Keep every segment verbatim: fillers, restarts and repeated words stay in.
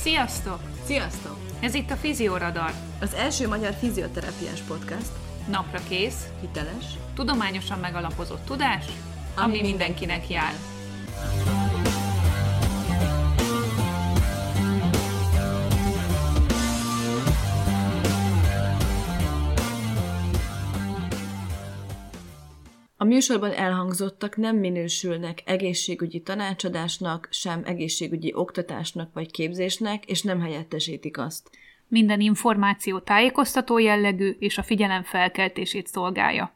Sziasztok! Sziasztok! Ez itt a Fizioradar. Az első magyar fizioterápiás podcast. Napra kész, hiteles, tudományosan megalapozott tudás, ami, ami mindenkinek jár. A műsorban elhangzottak nem minősülnek egészségügyi tanácsadásnak, sem egészségügyi oktatásnak vagy képzésnek, és nem helyettesítik azt. Minden információ tájékoztató jellegű, és a figyelem felkeltését szolgálja.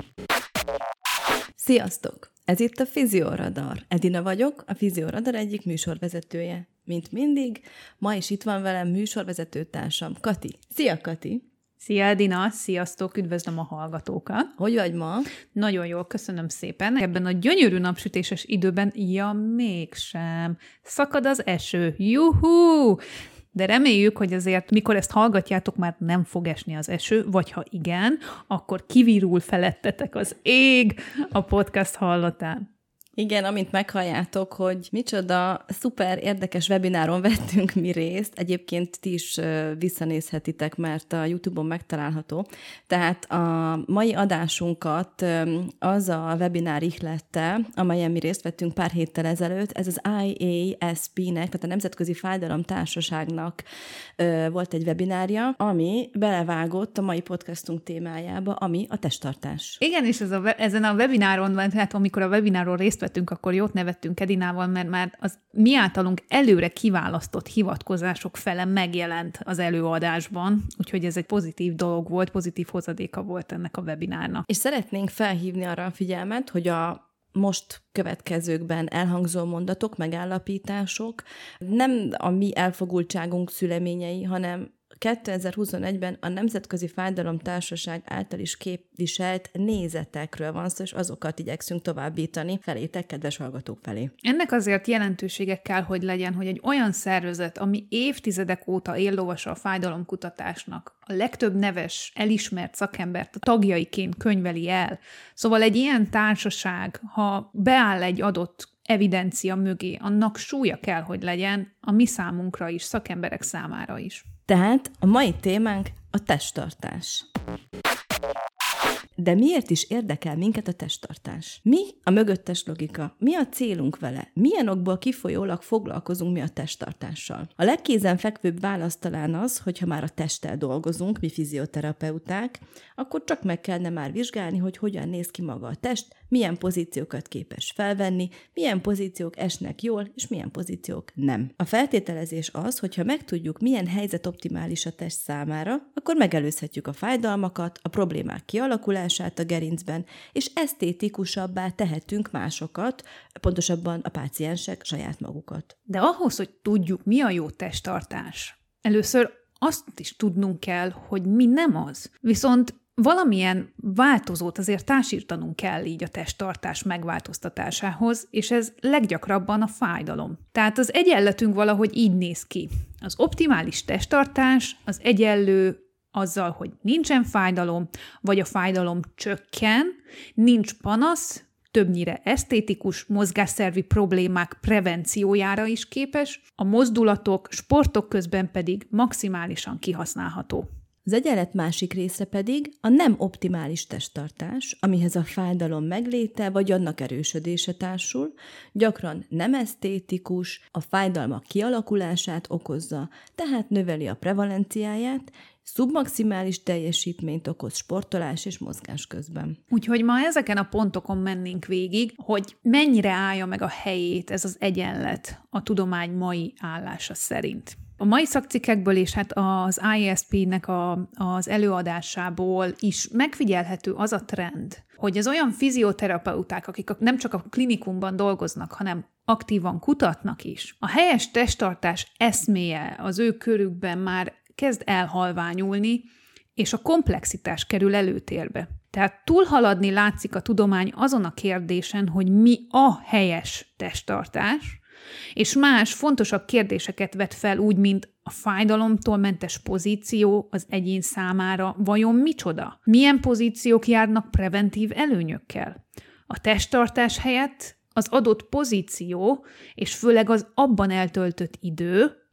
Sziasztok! Ez itt a Fizioradar. Edina vagyok, a Fizioradar egyik műsorvezetője. Mint mindig, ma is itt van velem műsorvezetőtársam, Kati. Szia, Kati! Szia, Edina! Sziasztok! Üdvözlöm a hallgatókat! Hogy vagy ma? Nagyon jól, köszönöm szépen. Ebben a gyönyörű napsütéses időben, ja, mégsem. Szakad az eső. Juhú! De reméljük, hogy azért, mikor ezt hallgatjátok, már nem fog esni az eső, vagy ha igen, akkor kivirul felettetek az ég a podcast hallatán. Igen, amint meghalljátok, hogy micsoda szuper érdekes webináron vettünk mi részt, egyébként ti is visszanézhetitek, mert a YouTube-on megtalálható. Tehát a mai adásunkat az a webinár ihlette, amelyen mi részt vettünk pár héttel ezelőtt, ez az I A S P-nek, tehát a Nemzetközi Fájdalom Társaságnak volt egy webinárja, ami belevágott a mai podcastunk témájába, ami a testtartás. Igen, és ez a, ezen a webináron, tehát amikor a webináron részt vettünk, akkor jót nevettünk Edinával, mert már az mi általunk előre kiválasztott hivatkozások fele megjelent az előadásban, úgyhogy ez egy pozitív dolog volt, pozitív hozadéka volt ennek a webinárnak. És szeretnénk felhívni arra a figyelmet, hogy a most következőkben elhangzó mondatok, megállapítások nem a mi elfogultságunk szüleményei, hanem kétezer-huszonegyben a Nemzetközi Fájdalom Társaság által is képviselt nézetekről van szó, és azokat igyekszünk továbbítani felétek, kedves hallgatók felé. Ennek azért jelentősége kell, hogy legyen, hogy egy olyan szervezet, ami évtizedek óta éllovasa a fájdalomkutatásnak, a legtöbb neves, elismert szakembert a tagjaiként könyveli el. Szóval egy ilyen társaság, ha beáll egy adott evidencia mögé, annak súlya kell, hogy legyen a mi számunkra is, szakemberek számára is. Tehát a mai témánk a testtartás. De miért is érdekel minket a testtartás? Mi a mögöttes logika? Mi a célunk vele? Milyen okból kifolyólag foglalkozunk mi a testtartással? A legkézenfekvőbb válasz talán az, hogy ha már a testtel dolgozunk, mi fizioterapeuták, akkor csak meg kellene már vizsgálni, hogy hogyan néz ki maga a test, milyen pozíciókat képes felvenni, milyen pozíciók esnek jól, és milyen pozíciók nem. A feltételezés az, hogy ha megtudjuk, milyen helyzet optimális a test számára, akkor megelőzhetjük a fájdalmakat, a problémák kialakulását a gerincben, és esztétikusabbá tehetünk másokat, pontosabban a páciensek saját magukat. De ahhoz, hogy tudjuk, mi a jó testtartás, először azt is tudnunk kell, hogy mi nem az. Viszont valamilyen változót azért társítanunk kell így a testtartás megváltoztatásához, és ez leggyakrabban a fájdalom. Tehát az egyenletünk valahogy így néz ki. Az optimális testtartás az egyenlő azzal, hogy nincsen fájdalom, vagy a fájdalom csökken, nincs panasz, többnyire esztétikus, mozgásszervi problémák prevenciójára is képes, a mozdulatok, sportok közben pedig maximálisan kihasználható. Az egyenlet másik része pedig a nem optimális testtartás, amihez a fájdalom megléte vagy annak erősödése társul, gyakran nem esztétikus, a fájdalmak kialakulását okozza, tehát növeli a prevalenciáját, szubmaximális teljesítményt okoz sportolás és mozgás közben. Úgyhogy ma ezeken a pontokon mennénk végig, hogy mennyire állja meg a helyét ez az egyenlet a tudomány mai állása szerint. A mai szakcikkekből és hát az I A S P-nek a, az előadásából is megfigyelhető az a trend, hogy az olyan fizioterapeuták, akik nem csak a klinikumban dolgoznak, hanem aktívan kutatnak is, a helyes testtartás eszméje az ő körükben már kezd elhalványulni, és a komplexitás kerül előtérbe. Tehát túlhaladni látszik a tudomány azon a kérdésen, hogy mi a helyes testtartás, és más, fontosabb kérdéseket vet fel úgy, mint a fájdalomtól mentes pozíció az egyén számára vajon micsoda? Milyen pozíciók járnak preventív előnyökkel? A testtartás helyett az adott pozíció, és főleg az abban eltöltött idő, és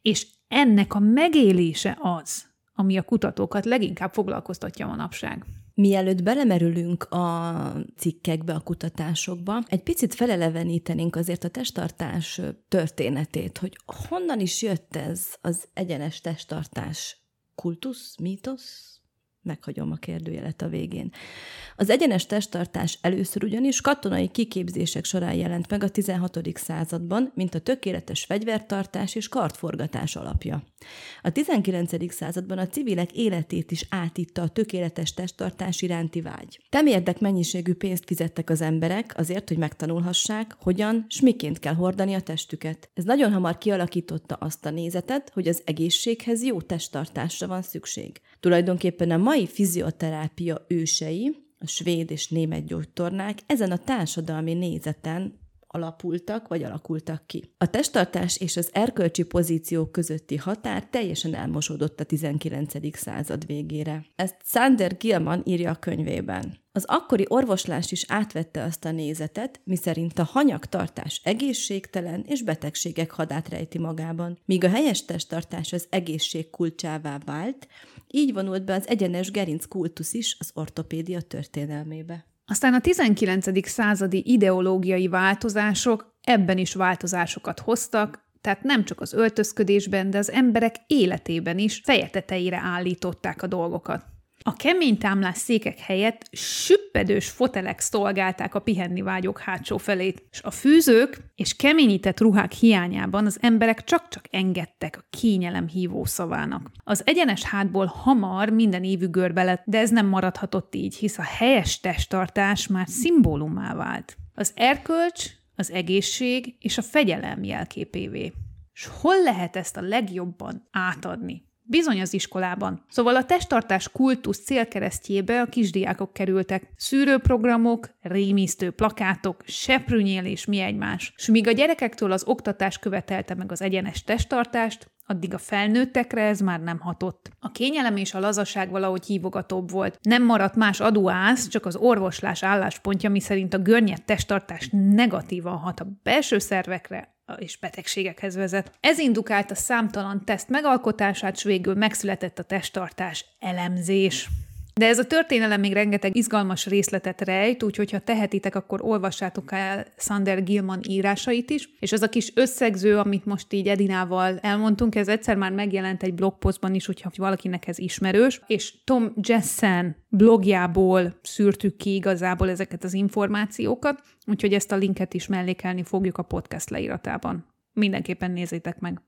ennek a megélése az, ami a kutatókat leginkább foglalkoztatja manapság. Mielőtt belemerülünk a cikkekbe, a kutatásokba, egy picit felelevenítenénk azért a testtartás történetét, hogy honnan is jött ez az egyenes testtartás kultusz, mítosz? Meghagyom a kérdőjelet a végén. Az egyenes testtartás először ugyanis katonai kiképzések során jelent meg a tizenhatodik században, mint a tökéletes fegyvertartás és kardforgatás alapja. A tizenkilencedik században a civilek életét is átitta a tökéletes testtartás iránti vágy. Temérdek mennyiségű pénzt fizettek az emberek azért, hogy megtanulhassák, hogyan s miként kell hordani a testüket. Ez nagyon hamar kialakította azt a nézetet, hogy az egészséghez jó testtartásra van szükség. Tulajdonképpen a mai fizioterápia ősei, a svéd és német gyógytornák ezen a társadalmi nézeten alapultak, vagy alakultak ki. A testtartás és az erkölcsi pozíciók közötti határ teljesen elmosódott a tizenkilencedik század végére. Ezt Sander Gilman írja a könyvében. Az akkori orvoslás is átvette azt a nézetet, miszerint a hanyagtartás egészségtelen és betegségek hadát rejti magában. Míg a helyes testtartás az egészség kulcsává vált, így vonult be az egyenes gerinc kultusz is az ortopédia történelmébe. Aztán a tizenkilencedik századi ideológiai változások ebben is változásokat hoztak, tehát nem csak az öltözködésben, de az emberek életében is feje tetejére állították a dolgokat. A kemény támlás székek helyett süppedős fotelek szolgálták a pihenni vágyók hátsó felét, és a fűzők és keményített ruhák hiányában az emberek csak-csak engedtek a kényelem hívó szavának. Az egyenes hátból hamar minden évű görbe lett, de ez nem maradhatott így, hisz a helyes testtartás már szimbólummá vált. Az erkölcs, az egészség és a fegyelem jelképévé. És hol lehet ezt a legjobban átadni? Bizony az iskolában. Szóval a testtartás kultusz célkeresztjébe a kisdiákok kerültek. Szűrőprogramok, rémisztő plakátok, seprűnyél és mi egymás. S míg a gyerekektől az oktatás követelte meg az egyenes testtartást, addig a felnőttekre ez már nem hatott. A kényelem és a lazaság valahogy hívogatóbb volt. Nem maradt más aduász, csak az orvoslás álláspontja, miszerint a görnyed testtartás negatívan hat a belső szervekre, és betegségekhez vezet. Ez indukálta számtalan teszt megalkotását, s végül megszületett a testtartás elemzés. De ez a történelem még rengeteg izgalmas részletet rejt, úgyhogy ha tehetitek, akkor olvassátok el Sander Gilman írásait is, és az a kis összegző, amit most így Edinával elmondtunk, ez egyszer már megjelent egy blogpostban is, hogyha valakinek ez ismerős, és Tom Jessen blogjából szűrtük ki igazából ezeket az információkat, úgyhogy ezt a linket is mellékelni fogjuk a podcast leíratában. Mindenképpen nézzétek meg!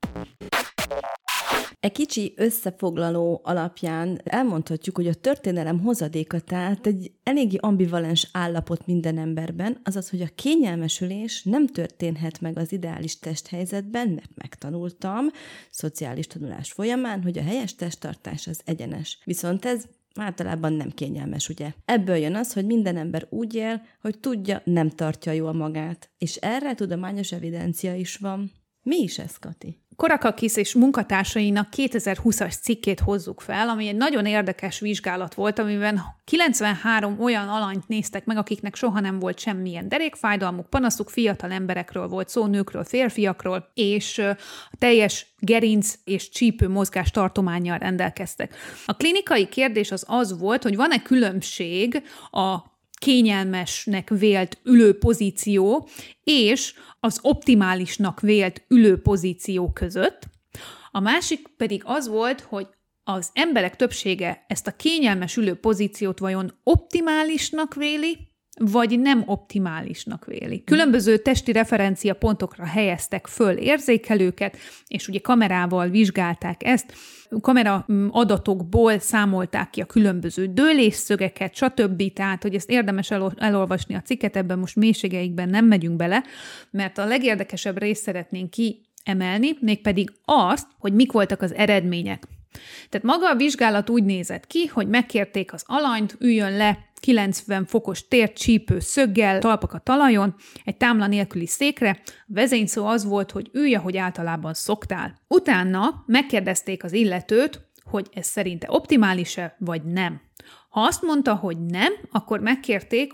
Egy kicsi összefoglaló alapján elmondhatjuk, hogy a történelem hozadéka tehát egy eléggé ambivalens állapot minden emberben, azaz, hogy a kényelmesülés nem történhet meg az ideális testhelyzetben, mert megtanultam szociális tanulás folyamán, hogy a helyes testtartás az egyenes. Viszont ez általában nem kényelmes, ugye? Ebből jön az, hogy minden ember úgy él, hogy tudja, nem tartja jól magát. És erre tudományos evidencia is van. Mi is ez, Kati? Korakakis és munkatársainak kétezer-húszas cikkét hozzuk fel, ami egy nagyon érdekes vizsgálat volt, amiben kilencvenhárom olyan alanyt néztek meg, akiknek soha nem volt semmilyen derékfájdalmuk, panaszuk, fiatal emberekről volt szó, nőkről, férfiakról, és a teljes gerinc és csípő mozgás tartománnyal rendelkeztek. A klinikai kérdés az az volt, hogy van-e különbség a kényelmesnek vélt ülőpozíció és az optimálisnak vélt ülőpozíció között. A másik pedig az volt, hogy az emberek többsége ezt a kényelmes ülőpozíciót vajon optimálisnak véli, vagy nem optimálisnak véli. Különböző testi referenciapontokra helyeztek föl érzékelőket, és ugye kamerával vizsgálták ezt, kamera adatokból számolták ki a különböző dőlésszögeket, stb. Tehát, hogy ezt érdemes el- elolvasni a cikket, ebben most mélységeikben nem megyünk bele, mert a legérdekesebb részt szeretnénk kiemelni, mégpedig azt, hogy mik voltak az eredmények. Tehát maga a vizsgálat úgy nézett ki, hogy megkérték az alanyt, üljön le kilencven fokos tércsípő szöggel, talpak a talajon, egy támla nélküli székre. A vezényszó az volt, hogy ülj, ahogy általában szoktál. Utána megkérdezték az illetőt, hogy ez szerinte optimális-e, vagy nem. Ha azt mondta, hogy nem, akkor megkérték, hogy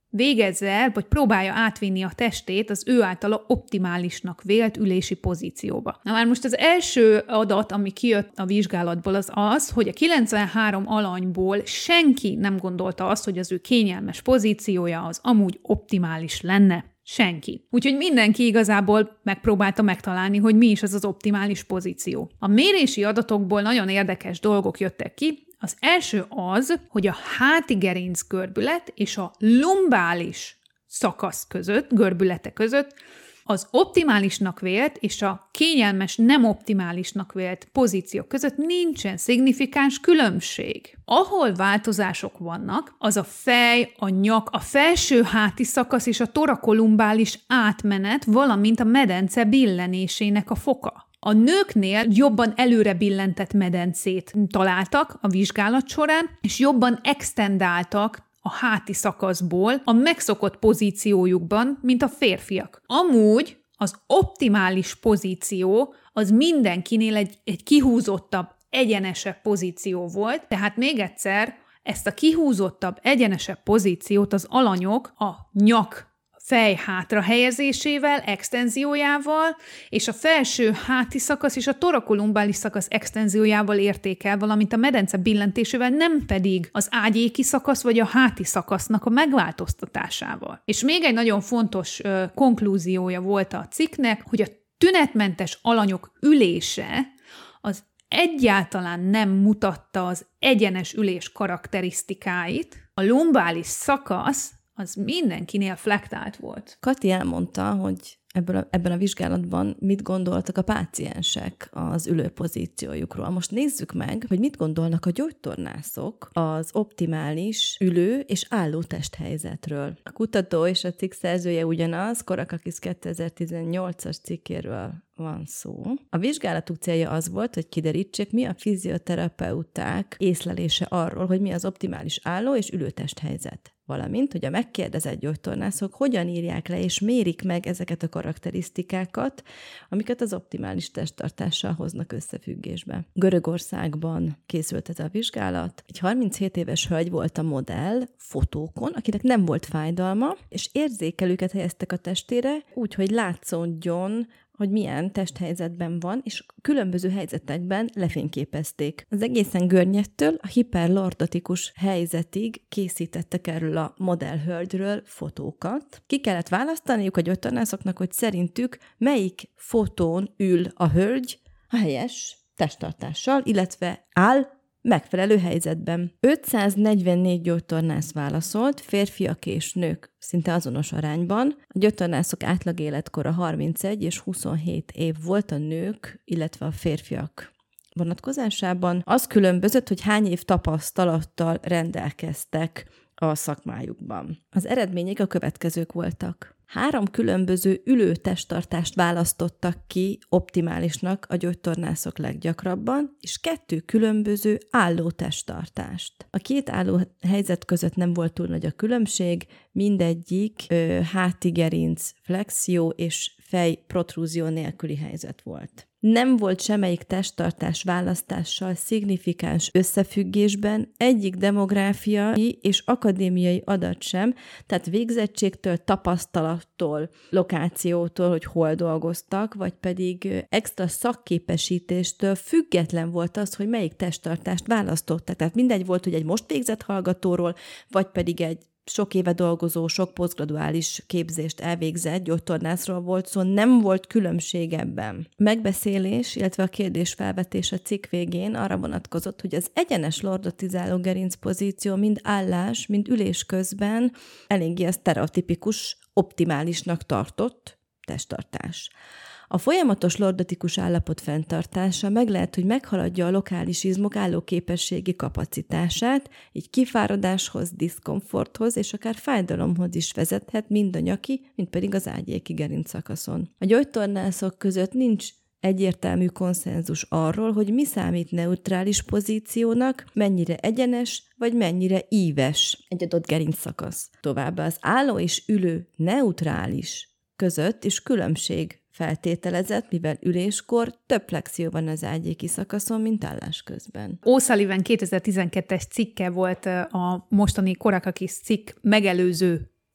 végezze el, vagy próbálja átvinni a testét az ő általa optimálisnak vélt ülési pozícióba. Na már most az első adat, ami kijött a vizsgálatból, az az, hogy a kilencvenhárom alanyból senki nem gondolta azt, hogy az ő kényelmes pozíciója az amúgy optimális lenne. Senki. Úgyhogy mindenki igazából megpróbálta megtalálni, hogy mi is az az optimális pozíció. A mérési adatokból nagyon érdekes dolgok jöttek ki. Az első az, hogy a háti gerinc görbület és a lumbális szakasz között, görbülete között az optimálisnak vélt és a kényelmes nem optimálisnak vélt pozíció között nincsen szignifikáns különbség. Ahol változások vannak, az a fej, a nyak, a felső háti szakasz és a torakolumbális átmenet, valamint a medence billenésének a foka. A nőknél jobban előre billentett medencét találtak a vizsgálat során, és jobban extendáltak a háti szakaszból a megszokott pozíciójukban, mint a férfiak. Amúgy az optimális pozíció az mindenkinél egy, egy kihúzottabb, egyenesebb pozíció volt, tehát még egyszer ezt a kihúzottabb, egyenesebb pozíciót az alanyok a nyak fej hátra helyezésével, extenziójával, és a felső háti szakasz és a torakolumbális szakasz extenziójával érték el, valamint a medence billentésével, nem pedig az ágyéki szakasz vagy a háti szakasznak a megváltoztatásával. És még egy nagyon fontos ö, konklúziója volt a cikknek, hogy a tünetmentes alanyok ülése az egyáltalán nem mutatta az egyenes ülés karakterisztikáit, a lumbális szakasz az mindenkinél flektált volt. Kati elmondta, hogy ebből a, ebben a vizsgálatban mit gondoltak a páciensek az ülőpozíciójukról. Most nézzük meg, hogy mit gondolnak a gyógytornászok az optimális ülő és álló testhelyzetről. A kutató és a cikk szerzője ugyanaz, Korakakis kétezer-tizennyolcas cikkéről van szó. A vizsgálatuk célja az volt, hogy kiderítsék, mi a fizioterapeuták észlelése arról, hogy mi az optimális álló és ülő testhelyzet. Valamint, hogy a megkérdezett gyógytornászok hogyan írják le és mérik meg ezeket a karakterisztikákat, amiket az optimális testtartással hoznak összefüggésbe. Görögországban készült ez a vizsgálat. Egy harminchét éves hölgy volt a modell fotókon, akinek nem volt fájdalma, és érzékelőket helyeztek a testére, úgy, hogy látszódjon, hogy milyen testhelyzetben van, és különböző helyzetekben lefényképezték. Az egészen görnyettől a hiperlordatikus helyzetig készítettek erről a modellhölgyről fotókat. Ki kellett választaniuk a gyógytornászoknak, hogy szerintük melyik fotón ül a hölgy a helyes testtartással, illetve áll megfelelő helyzetben. ötszáznegyvennégy gyógytornász válaszolt, férfiak és nők szinte azonos arányban. A gyógytornászok átlag életkora harmincegy és huszonhét év volt a nők, illetve a férfiak vonatkozásában. Az különbözött, hogy hány év tapasztalattal rendelkeztek a szakmájukban. Az eredmények a következők voltak. Három különböző ülő testtartást választottak ki optimálisnak a gyógytornászok leggyakrabban, és kettő különböző álló testtartást. A két álló helyzet között nem volt túl nagy a különbség, mindegyik ö, háti gerinc flexió és fej protrúzió nélküli helyzet volt. Nem volt semmelyik testtartás választással szignifikáns összefüggésben egyik demográfiai és akadémiai adat sem, tehát végzettségtől, tapasztalattól, lokációtól, hogy hol dolgoztak, vagy pedig extra szakképesítéstől független volt az, hogy melyik testtartást választottak. Tehát mindegy volt, hogy egy most végzett hallgatóról, vagy pedig egy sok éve dolgozó, sok posztgraduális képzést elvégzett gyógytornászról volt szó, szóval nem volt különbség ebben. Megbeszélés, illetve a kérdésfelvetés a cikk végén arra vonatkozott, hogy az egyenes lordotizáló gerinc pozíció mind állás, mind ülés közben eléggé a sztereotipikus, optimálisnak tartott testtartás. A folyamatos lordotikus állapot fenntartása meg lehet, hogy meghaladja a lokális izmok állóképességi kapacitását, így kifáradáshoz, diszkomforthoz és akár fájdalomhoz is vezethet mind a nyaki, mind pedig az ágyéki gerinc szakaszon. A gyógytornászok között nincs egyértelmű konszenzus arról, hogy mi számít neutrális pozíciónak, mennyire egyenes, vagy mennyire íves egy adott gerinc szakasz. Továbbá az álló és ülő neutrális között is különbség feltételezett, mivel üléskor több flexió van az ágyéki szakaszon, mint állás közben. O'Sullivan kétezer-tizenkettes cikke volt a mostani Korakakis cikk megelőző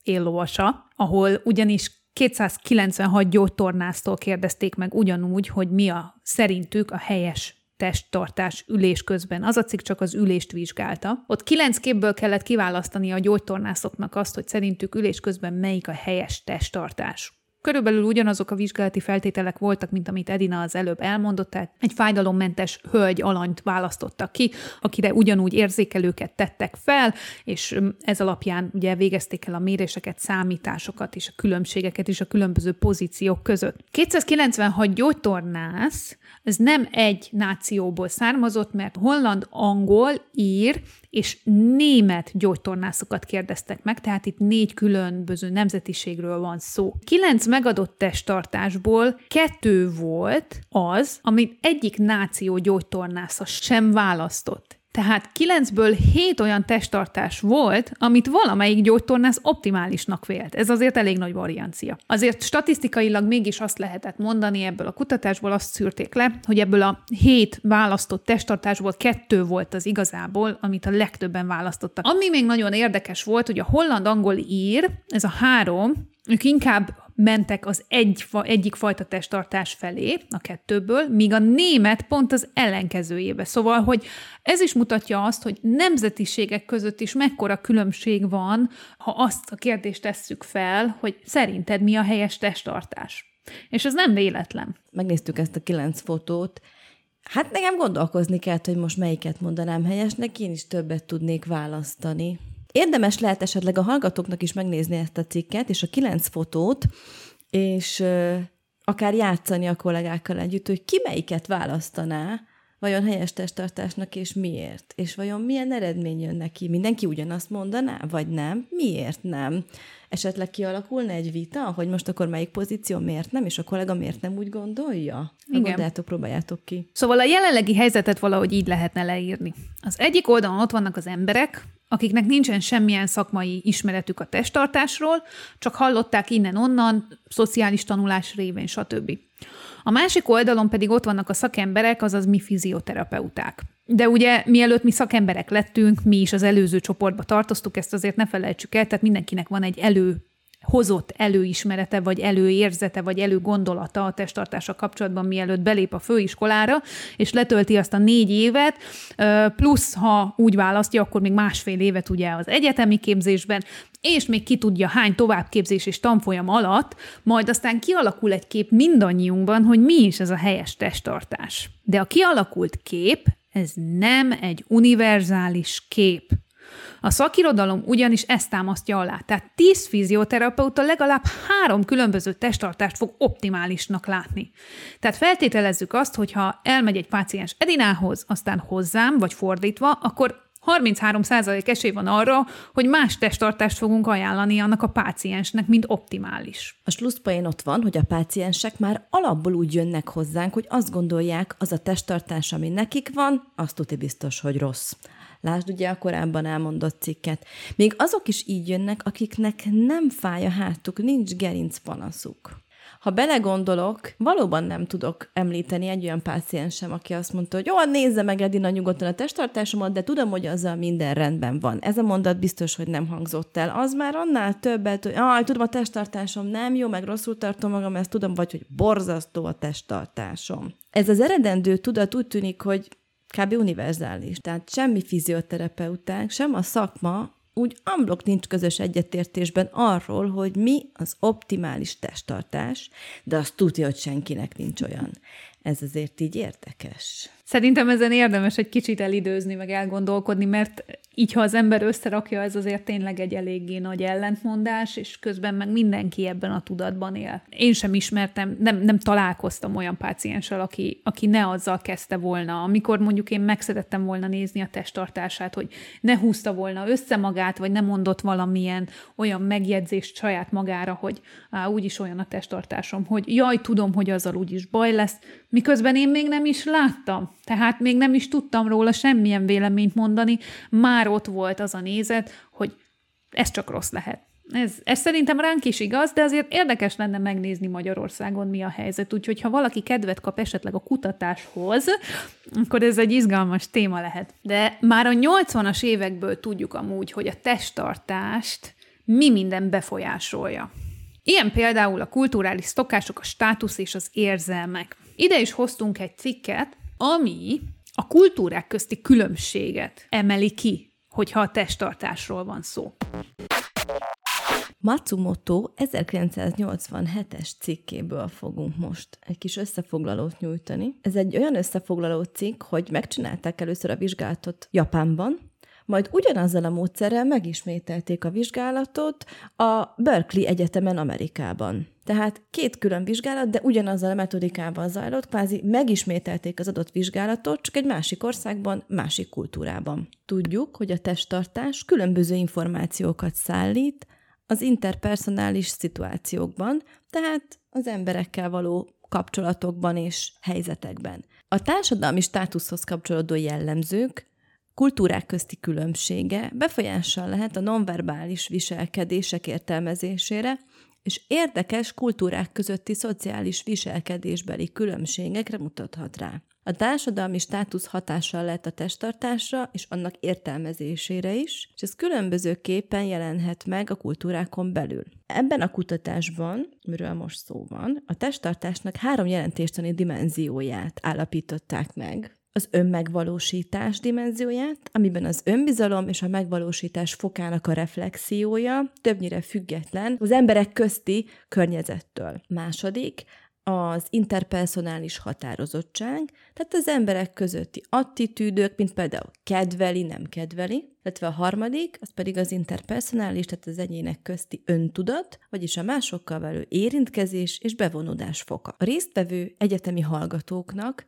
éllovasa, ahol ugyanis kétszázkilencvenhat gyógytornásztól kérdezték meg ugyanúgy, hogy mi a szerintük a helyes testtartás ülés közben. Az a cikk csak az ülést vizsgálta. Ott kilenc képből kellett kiválasztani a gyógytornászoknak azt, hogy szerintük ülés közben melyik a helyes testtartás. Körülbelül ugyanazok a vizsgálati feltételek voltak, mint amit Edina az előbb elmondott, tehát egy fájdalommentes hölgy alanyt választottak ki, akire ugyanúgy érzékelőket tettek fel, és ez alapján ugye végezték el a méréseket, számításokat és a különbségeket is a különböző pozíciók között. kétszázkilencvenhat gyógytornász, ez nem egy nációból származott, mert holland, angol, ír és német gyógytornászokat kérdeztek meg, tehát itt négy különböző nemzetiségről van szó. Kilenc megadott testtartásból kettő volt az, amit egyik náció gyógytornásza sem választott. Tehát kilencből hét olyan testtartás volt, amit valamelyik gyógytornász optimálisnak vélt. Ez azért elég nagy variancia. Azért statisztikailag mégis azt lehetett mondani, ebből a kutatásból azt szűrték le, hogy ebből a hét választott testtartásból kettő volt az igazából, amit a legtöbben választottak. Ami még nagyon érdekes volt, hogy a holland, angol, ír, ez a három, ők inkább mentek az egy, egyik fajta testtartás felé, a kettőből, míg a német pont az ellenkezőjébe. Szóval, hogy ez is mutatja azt, hogy nemzetiségek között is mekkora különbség van, ha azt a kérdést tesszük fel, hogy szerinted mi a helyes testtartás. És ez nem véletlen. Megnéztük ezt a kilenc fotót. Hát nekem gondolkozni kell, hogy most melyiket mondanám helyesnek, én is többet tudnék választani. Érdemes lehet esetleg a hallgatóknak is megnézni ezt a cikket, és a kilenc fotót, és uh, akár játszani a kollégákkal együtt, hogy ki melyiket választaná, vajon helyes testtartásnak, és miért? És vajon milyen eredmény jön neki? Mindenki ugyanazt mondaná, vagy nem? Miért nem? Esetleg kialakulna egy vita, hogy most akkor melyik pozíció miért nem, és a kollega miért nem úgy gondolja? Igen. Gondoljátok, próbáljátok ki. Szóval a jelenlegi helyzetet valahogy így lehetne leírni. Az egyik oldalon ott vannak az emberek, akiknek nincsen semmilyen szakmai ismeretük a testtartásról, csak hallották innen-onnan, szociális tanulás révén, stb. A másik oldalon pedig ott vannak a szakemberek, azaz mi fizioterapeuták. De ugye mielőtt mi szakemberek lettünk, mi is az előző csoportba tartoztuk, ezt azért ne felejtsük el, tehát mindenkinek van egy elő hozott előismerete, vagy előérzete, vagy előgondolata a testtartással kapcsolatban, mielőtt belép a főiskolára, és letölti azt a négy évet, plusz ha úgy választja, akkor még másfél évet ugye az egyetemi képzésben, és még ki tudja hány továbbképzés és tanfolyam alatt, majd aztán kialakul egy kép mindannyiunkban, hogy mi is ez a helyes testtartás. De a kialakult kép, ez nem egy univerzális kép. A szakirodalom ugyanis ezt támasztja alá. Tehát tíz fizioterapeuta legalább három különböző testtartást fog optimálisnak látni. Tehát feltételezzük azt, hogyha elmegy egy páciens Edinához, aztán hozzám, vagy fordítva, akkor harminchárom százalék esély van arra, hogy más testtartást fogunk ajánlani annak a páciensnek, mint optimális. A slusszpoén ott van, hogy a páciensek már alapból úgy jönnek hozzánk, hogy azt gondolják, az a testtartás, ami nekik van, az tuti biztos, hogy rossz. Lásd ugye a korábban elmondott cikket. Még azok is így jönnek, akiknek nem fáj a hátuk, nincs gerincpanaszuk. Ha belegondolok, valóban nem tudok említeni egy olyan páciensem, aki azt mondta, hogy jó, nézze meg Edina nyugodtan a testtartásomat, de tudom, hogy azzal minden rendben van. Ez a mondat biztos, hogy nem hangzott el. Az már annál többet, hogy ah, tudom, a testtartásom nem jó, meg rosszul tartom magam, ezt tudom, vagy hogy borzasztó a testtartásom. Ez az eredendő tudat úgy tűnik, hogy kb. Univerzális. Tehát semmi fizioterapeuták, sem a szakma úgy amblok nincs közös egyetértésben arról, hogy mi az optimális testtartás, de azt tudja, hogy senkinek nincs olyan. Ez azért így érdekes. Szerintem ezen érdemes egy kicsit elidőzni, meg elgondolkodni, mert így, ha az ember összerakja, ez azért tényleg egy eléggé nagy ellentmondás, és közben meg mindenki ebben a tudatban él. Én sem ismertem, nem, nem találkoztam olyan pácienssel, aki, aki ne azzal kezdte volna, amikor mondjuk én meg szerettem volna nézni a testtartását, hogy ne húzta volna össze magát, vagy ne mondott valamilyen olyan megjegyzést saját magára, hogy á, úgyis olyan a testtartásom, hogy jaj, tudom, hogy azzal úgyis baj lesz, miközben én még nem is láttam. Tehát még nem is tudtam róla semmilyen véleményt mondani, már ott volt az a nézet, hogy ez csak rossz lehet. Ez, ez szerintem ránk is igaz, de azért érdekes lenne megnézni Magyarországon mi a helyzet, úgyhogy ha valaki kedvet kap esetleg a kutatáshoz, akkor ez egy izgalmas téma lehet. De már a nyolcvanas évekből tudjuk amúgy, hogy a testtartást mi minden befolyásolja. Ilyen például a kulturális szokások, a státusz és az érzelmek. Ide is hoztunk egy cikket, ami a kultúrák közti különbséget emeli ki, hogyha a testtartásról van szó. Matsumoto ezerkilencszáznyolcvanhetes cikkéből fogunk most egy kis összefoglalót nyújtani. Ez egy olyan összefoglaló cikk, hogy megcsinálták először a vizsgálatot Japánban, majd ugyanazzal a módszerrel megismételték a vizsgálatot a Berkeley Egyetemen Amerikában. Tehát két külön vizsgálat, de ugyanazzal a metodikával zajlott, kvázi megismételték az adott vizsgálatot, csak egy másik országban, másik kultúrában. Tudjuk, hogy a testtartás különböző információkat szállít az interpersonális szituációkban, tehát az emberekkel való kapcsolatokban és helyzetekben. A társadalmi státuszhoz kapcsolódó jellemzők, kultúrák közti különbsége befolyással lehet a nonverbális viselkedések értelmezésére, és érdekes kultúrák közötti szociális viselkedésbeli különbségekre mutathat rá. A társadalmi státusz hatással lehet a testtartásra és annak értelmezésére is, és ez különbözőképpen jelenhet meg a kultúrákon belül. Ebben a kutatásban, miről most szó van, a testtartásnak három jelentéstani dimenzióját állapították meg. Az önmegvalósítás dimenzióját, amiben az önbizalom és a megvalósítás fokának a reflexiója többnyire független az emberek közti környezettől. Második, az interpersonális határozottság, tehát az emberek közötti attitűdök, mint például kedveli, nem kedveli, illetve a harmadik, az pedig az interpersonális, tehát az egyének közti öntudat, vagyis a másokkal való érintkezés és bevonódás foka. A résztvevő egyetemi hallgatóknak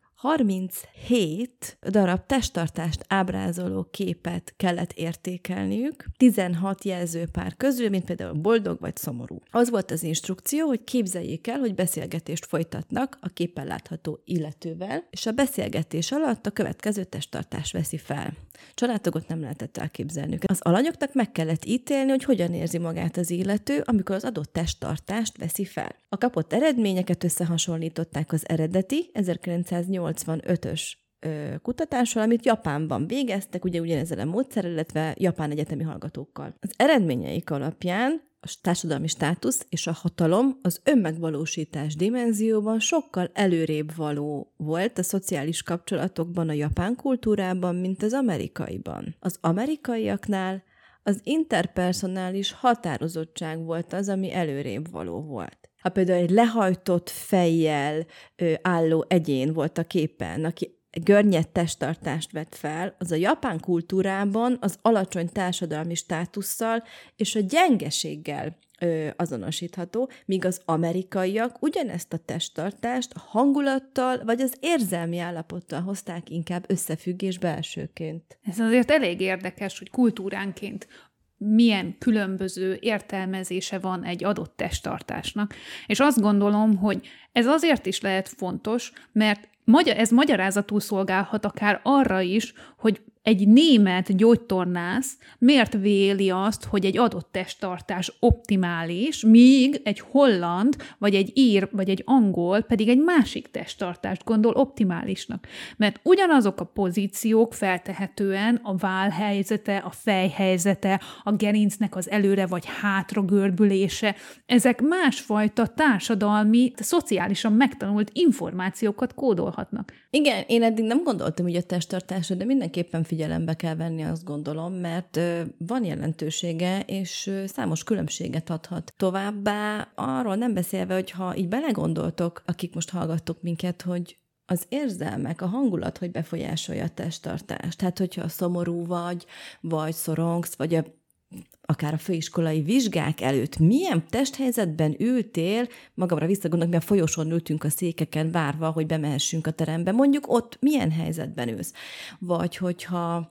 harminchét darab testtartást ábrázoló képet kellett értékelniük, tizenhat jelzőpár közül, mint például boldog vagy szomorú. Az volt az instrukció, hogy képzeljék el, hogy beszélgetést folytatnak a képen látható illetővel, és a beszélgetés alatt a következő testtartás veszi fel. Családtagot nem lehetett elképzelniük. Az alanyoknak meg kellett ítélni, hogy hogyan érzi magát az illető, amikor az adott testtartást veszi fel. A kapott eredményeket összehasonlították az eredeti ezerkilencszáznyolcvanötös kutatással, amit Japánban végeztek, ugye ugyanezzel a módszerrel, illetve japán egyetemi hallgatókkal. Az eredményeik alapján a társadalmi státusz és a hatalom az önmegvalósítás dimenzióban sokkal előrébb való volt a szociális kapcsolatokban a japán kultúrában, mint az amerikaiban. Az amerikaiaknál az interpersonális határozottság volt az, ami előrébb való volt. Ha például egy lehajtott fejjel ö, álló egyén volt a képen, aki görnyedt testtartást vett fel, az a japán kultúrában az alacsony társadalmi státusszal és a gyengeséggel ö, azonosítható, míg az amerikaiak ugyanezt a testtartást a hangulattal vagy az érzelmi állapottal hozták inkább összefüggésbe elsőként. Ez azért elég érdekes, hogy kultúránként milyen különböző értelmezése van egy adott testtartásnak. És azt gondolom, hogy ez azért is lehet fontos, mert ez magyarázatul szolgálhat akár arra is, hogy egy német gyógytornász miért véli azt, hogy egy adott testtartás optimális, míg egy holland, vagy egy ír, vagy egy angol pedig egy másik testtartást gondol optimálisnak. Mert ugyanazok a pozíciók feltehetően a vállhelyzete, a fejhelyzete, a gerincnek az előre vagy hátra görbülése, ezek másfajta társadalmi, szociálisan megtanult információkat kódolhatnak. Igen, én eddig nem gondoltam így a testtartásra, de mindenképpen figyelembe kell venni, azt gondolom, mert van jelentősége, és számos különbséget adhat. Továbbá arról nem beszélve, hogy ha így belegondoltok, akik most hallgattok minket, hogy az érzelmek, a hangulat, hogy befolyásolja a testtartást. Tehát, hogyha szomorú vagy, vagy szorongsz, vagy a akár a főiskolai vizsgák előtt milyen testhelyzetben ültél, magamra visszagondolok, mi a folyosón ültünk a székeken várva, hogy bemehessünk a terembe, mondjuk ott milyen helyzetben ülsz. Vagy hogyha,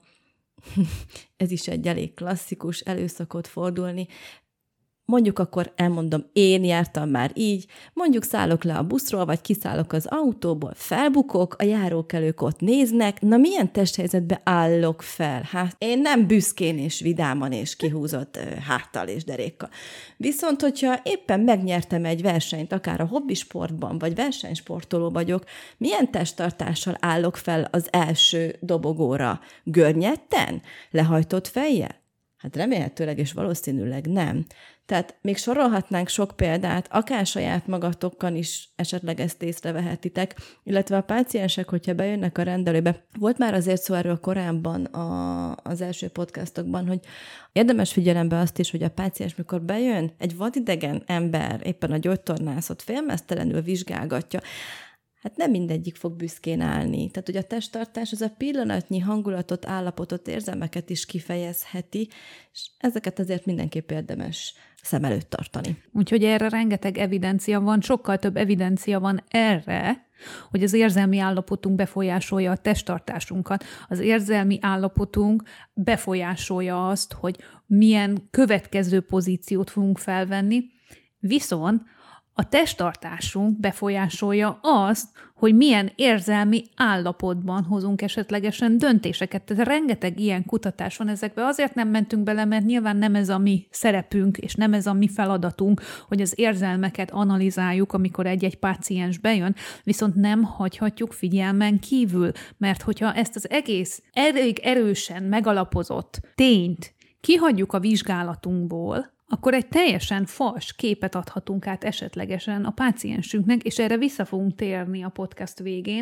ez is egy elég klasszikus, elő szokott fordulni, mondjuk akkor elmondom, én jártam már így, mondjuk szállok le a buszról, vagy kiszállok az autóból, felbukok, a járókelők ott néznek, na milyen testhelyzetbe állok fel? Hát én nem büszkén és vidáman és kihúzott háttal és derékkal. Viszont, hogyha éppen megnyertem egy versenyt, akár a hobbisportban, vagy versenysportoló vagyok, milyen testtartással állok fel az első dobogóra? Görnyetten? Lehajtott fejjel? Hát remélhetőleg és valószínűleg nem. Tehát még sorolhatnánk sok példát, akár saját magatokkal is esetleg ezt észrevehetitek, illetve a páciensek, hogyha bejönnek a rendelőbe. Volt már azért szó erről korábban a, az első podcastokban, hogy érdemes figyelembe azt is, hogy a páciens, mikor bejön, egy vadidegen ember éppen a gyógytornászot félmeztelenül vizsgálgatja, hát nem mindegyik fog büszkén állni. Tehát, hogy a testtartás az a pillanatnyi hangulatot, állapotot, érzelmeket is kifejezheti, és ezeket azért mindenképp érdemes szem előtt tartani. Úgyhogy erre rengeteg evidencia van, sokkal több evidencia van erre, hogy az érzelmi állapotunk befolyásolja a testtartásunkat. Az érzelmi állapotunk befolyásolja azt, hogy milyen következő pozíciót fogunk felvenni, viszont a testtartásunk befolyásolja azt, hogy milyen érzelmi állapotban hozunk esetlegesen döntéseket. Tehát rengeteg ilyen kutatás van ezekbe. Azért nem mentünk bele, mert nyilván nem ez a mi szerepünk, és nem ez a mi feladatunk, hogy az érzelmeket analizáljuk, amikor egy-egy páciens bejön, viszont nem hagyhatjuk figyelmen kívül, mert hogyha ezt az egész elég erősen megalapozott tényt kihagyjuk a vizsgálatunkból, akkor egy teljesen fals képet adhatunk át esetlegesen a páciensünknek, és erre vissza fogunk térni a podcast végén.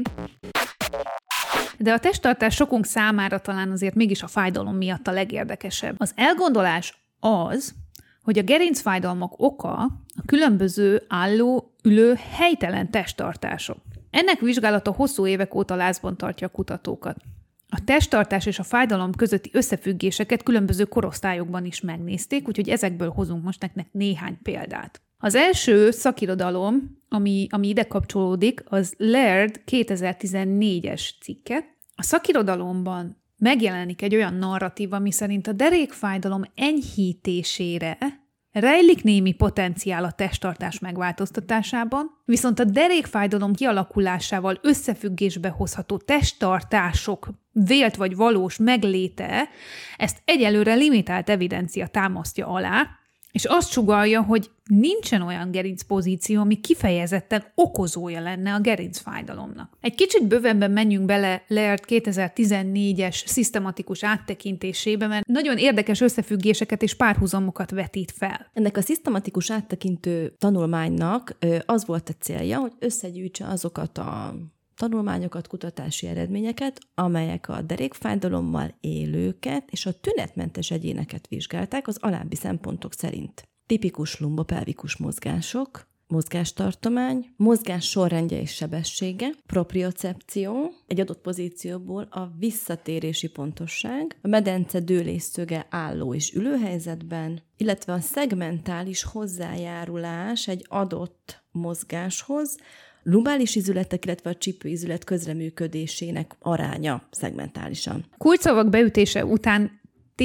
De a testtartás sokunk számára talán azért mégis a fájdalom miatt a legérdekesebb. Az elgondolás az, hogy a gerincfájdalmak oka a különböző álló, ülő, helytelen testtartások. Ennek vizsgálata hosszú évek óta lázban tartja a kutatókat. A testtartás és a fájdalom közötti összefüggéseket különböző korosztályokban is megnézték, úgyhogy ezekből hozunk most nektek néhány példát. Az első szakirodalom, ami, ami ide kapcsolódik, az Laird kétezer-tizennégyes cikke. A szakirodalomban megjelenik egy olyan narratíva, ami szerint a derékfájdalom enyhítésére rejlik némi potenciál a testtartás megváltoztatásában, viszont a derékfájdalom kialakulásával összefüggésbe hozható testtartások vélt vagy valós megléte ezt egyelőre limitált evidencia támasztja alá, és azt sugallja, hogy nincsen olyan gerincpozíció, ami kifejezetten okozója lenne a gerincfájdalomnak. Egy kicsit bővebben menjünk bele Laird kétezer-tizennégyes szisztematikus áttekintésébe, mert nagyon érdekes összefüggéseket és párhuzamokat vetít fel. Ennek a szisztematikus áttekintő tanulmánynak az volt a célja, hogy összegyűjtse azokat a tanulmányokat, kutatási eredményeket, amelyek a derékfájdalommal élőket és a tünetmentes egyéneket vizsgálták az alábbi szempontok szerint. Tipikus lumbopelvikus mozgások, mozgástartomány, mozgás sorrendje és sebessége, propriocepció, egy adott pozícióból a visszatérési pontosság, a medence dőlésszöge álló és ülőhelyzetben, illetve a szegmentális hozzájárulás egy adott mozgáshoz, lumbális izületek, illetve a csípőizület közreműködésének aránya szegmentálisan. Kulcsszavak beütése után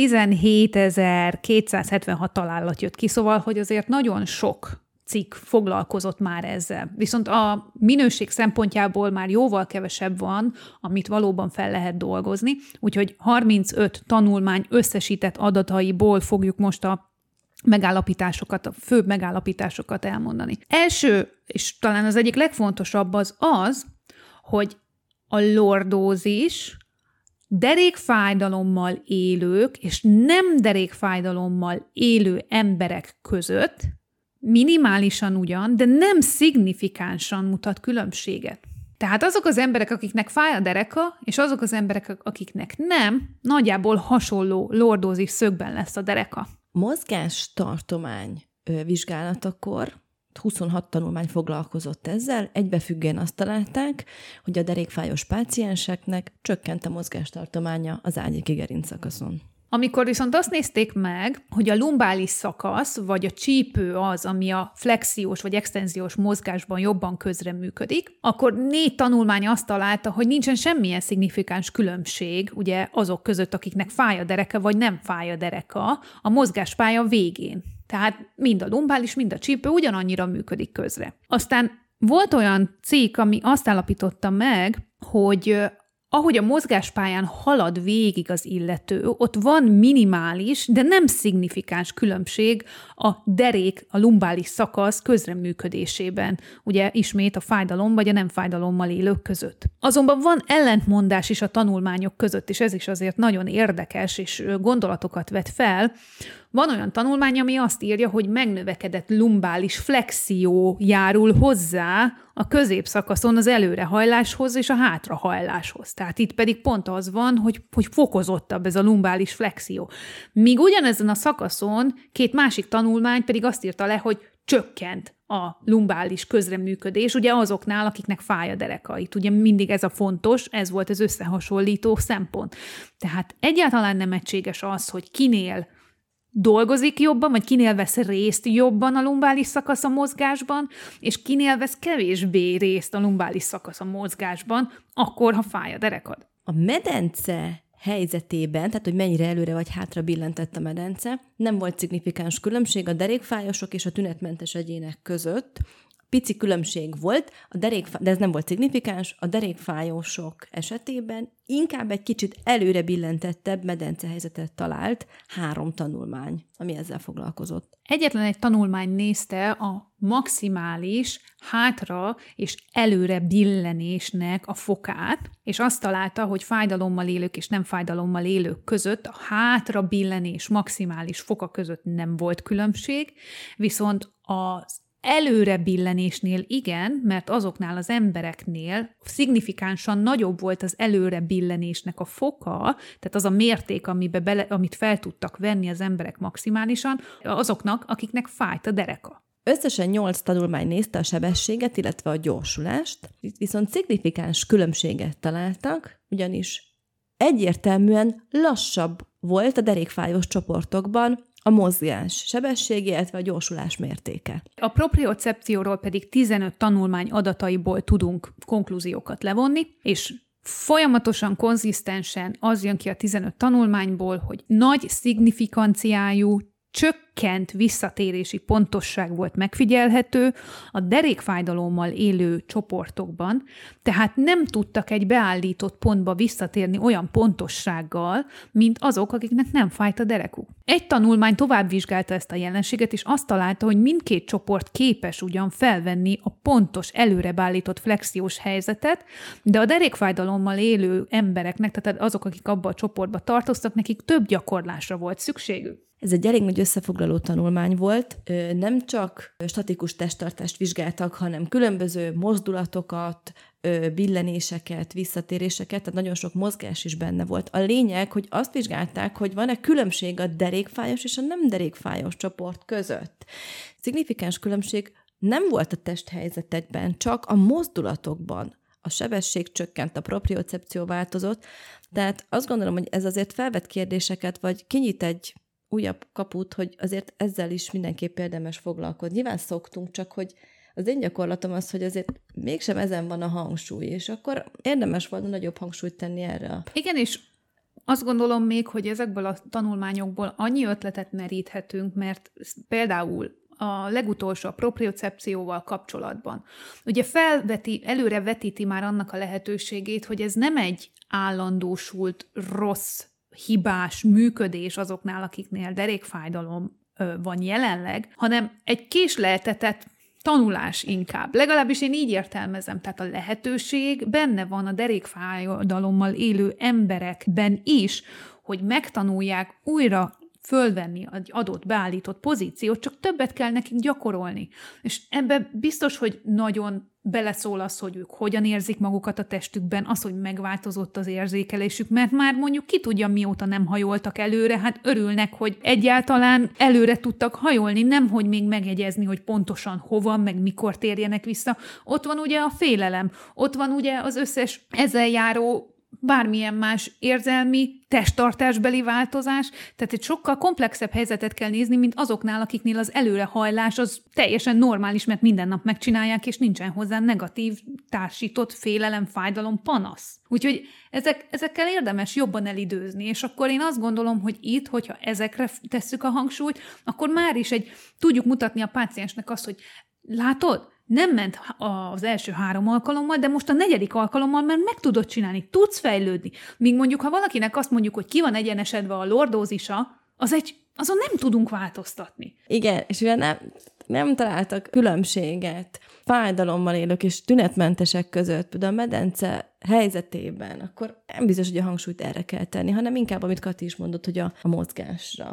tizenhétezer-kétszázhetvenhat találat jött ki, szóval, hogy azért nagyon sok cikk foglalkozott már ezzel. Viszont a minőség szempontjából már jóval kevesebb van, amit valóban fel lehet dolgozni, úgyhogy harmincöt tanulmány összesített adataiból fogjuk most a megállapításokat, a főbb megállapításokat elmondani. Első, és talán az egyik legfontosabb az az, hogy a lordózis derékfájdalommal élők és nem derékfájdalommal élő emberek között minimálisan ugyan, de nem szignifikánsan mutat különbséget. Tehát azok az emberek, akiknek fáj a dereka, és azok az emberek, akiknek nem, nagyjából hasonló lordózis szögben lesz a dereka. Mozgástartomány vizsgálatakor huszonhat tanulmány foglalkozott ezzel, egybefüggően azt találták, hogy a derékfájos pácienseknek csökkent a mozgástartománya az ágyéki gerincszakaszon. Amikor viszont azt nézték meg, hogy a lumbális szakasz, vagy a csípő az, ami a flexiós vagy extenziós mozgásban jobban közreműködik, akkor négy tanulmány azt találta, hogy nincsen semmilyen szignifikáns különbség ugye azok között, akiknek fáj a dereka, vagy nem fáj a dereka a mozgáspálya végén. Tehát mind a lumbális, mind a csípő ugyanannyira működik közre. Aztán volt olyan cikk, ami azt állapította meg, hogy ahogy a mozgáspályán halad végig az illető, ott van minimális, de nem szignifikáns különbség a derék, a lumbális szakasz közreműködésében, ugye ismét a fájdalom vagy a nem fájdalommal élők között. Azonban van ellentmondás is a tanulmányok között, és ez is azért nagyon érdekes, és gondolatokat vet fel. Van olyan tanulmány, ami azt írja, hogy megnövekedett lumbális flexió járul hozzá a középszakaszon az előrehajláshoz és a hátrahajláshoz. Tehát itt pedig pont az van, hogy, hogy fokozottabb ez a lumbális flexió. Míg ugyanezen a szakaszon két másik tanulmány pedig azt írta le, hogy csökkent a lumbális közreműködés, ugye azoknál, akiknek fáj a dereka. Itt ugye mindig ez a fontos, ez volt az összehasonlító szempont. Tehát egyáltalán nem egységes az, hogy kinél dolgozik jobban, vagy kinél vesz részt jobban a lumbális szakasz a mozgásban, és kinél vesz kevésbé részt a lumbális szakasz a mozgásban, akkor, ha fáj a derekad. A medence helyzetében, tehát hogy mennyire előre vagy hátra billentett a medence, nem volt szignifikáns különbség a derékfájosok és a tünetmentes egyének között. Pici különbség volt, a derékfá... de ez nem volt szignifikáns, a derékfájósok esetében inkább egy kicsit előre billentettebb medencehelyzetet talált három tanulmány, ami ezzel foglalkozott. Egyetlen egy tanulmány nézte a maximális hátra és előre billenésnek a fokát, és azt találta, hogy fájdalommal élők és nem fájdalommal élők között a hátra billenés maximális foka között nem volt különbség, viszont az előre billenésnél igen, mert azoknál az embereknél szignifikánsan nagyobb volt az előre billenésnek a foka, tehát az a mérték, amibe bele, amit fel tudtak venni az emberek maximálisan, azoknak, akiknek fájt a dereka. Összesen nyolc tanulmány nézte a sebességet, illetve a gyorsulást, itt viszont szignifikáns különbséget találtak, ugyanis egyértelműen lassabb volt a derékfájós csoportokban a mozgás sebessége, illetve a gyorsulás mértéke. A propriocepcióról pedig tizenöt tanulmány adataiból tudunk konklúziókat levonni, és folyamatosan, konzisztensen az jön ki a tizenöt tanulmányból, hogy nagy szignifikaanciájú, csökkent visszatérési pontosság volt megfigyelhető a derékfájdalommal élő csoportokban, tehát nem tudtak egy beállított pontba visszatérni olyan pontossággal, mint azok, akiknek nem fájt a derekuk. Egy tanulmány tovább vizsgálta ezt a jelenséget, és azt találta, hogy mindkét csoport képes ugyan felvenni a pontos, előre beállított flexiós helyzetet, de a derékfájdalommal élő embereknek, tehát azok, akik abba a csoportba tartoztak, nekik több gyakorlásra volt szükségük. Ez egy elég nagy összefoglaló tanulmány volt, nem csak statikus testtartást vizsgáltak, hanem különböző mozdulatokat, billenéseket, visszatéréseket, tehát nagyon sok mozgás is benne volt. A lényeg, hogy azt vizsgálták, hogy van-e különbség a derékfájos és a nem derékfájos csoport között. Szignifikáns különbség nem volt a testhelyzetekben, csak a mozdulatokban. A sebesség csökkent, a propriocepció változott, tehát azt gondolom, hogy ez azért felvet kérdéseket, vagy kinyit egy újabb kaput, hogy azért ezzel is mindenképp érdemes foglalkozni. Nyilván szoktunk, csak hogy az én gyakorlatom az, hogy azért mégsem ezen van a hangsúly, és akkor érdemes volna nagyobb hangsúlyt tenni erre. Igen, és azt gondolom még, hogy ezekből a tanulmányokból annyi ötletet meríthetünk, mert például a legutolsó a propriocepcióval kapcsolatban. Ugye felveti, előre vetíti már annak a lehetőségét, hogy ez nem egy állandósult rossz hibás működés azoknál, akiknél derékfájdalom ö, van jelenleg, hanem egy késleltetett tanulás inkább. Legalábbis én így értelmezem. Tehát a lehetőség benne van a derékfájdalommal élő emberekben is, hogy megtanulják újra fölvenni egy adott beállított pozíciót, csak többet kell nekik gyakorolni. És ebbe biztos, hogy nagyon beleszól az, hogy ők hogyan érzik magukat a testükben, az, hogy megváltozott az érzékelésük, mert már mondjuk ki tudja, mióta nem hajoltak előre, hát örülnek, hogy egyáltalán előre tudtak hajolni, nem, hogy még megjegyezni, hogy pontosan hova, meg mikor térjenek vissza. Ott van ugye a félelem, ott van ugye az összes ezzel járó bármilyen más érzelmi, testtartásbeli változás, tehát egy sokkal komplexebb helyzetet kell nézni, mint azoknál, akiknél az előrehajlás az teljesen normális, mert minden nap megcsinálják, és nincsen hozzá negatív, társított félelem, fájdalom, panasz. Úgyhogy ezek, ezekkel érdemes jobban elidőzni, és akkor én azt gondolom, hogy itt, hogyha ezekre tesszük a hangsúlyt, akkor már is egy, tudjuk mutatni a páciensnek azt, hogy látod, Nem ment az első három alkalommal, de most a negyedik alkalommal már meg tudod csinálni, tudsz fejlődni. Míg mondjuk, ha valakinek azt mondjuk, hogy ki van egyenesedve a lordózisa, az egy, azon nem tudunk változtatni. Igen, és ugye nem, nem találtak különbséget fájdalommal élők és tünetmentesek között, például a medence helyzetében, akkor nem biztos, hogy a hangsúlyt erre kell tenni, hanem inkább, amit Kati is mondott, hogy a, a mozgásra.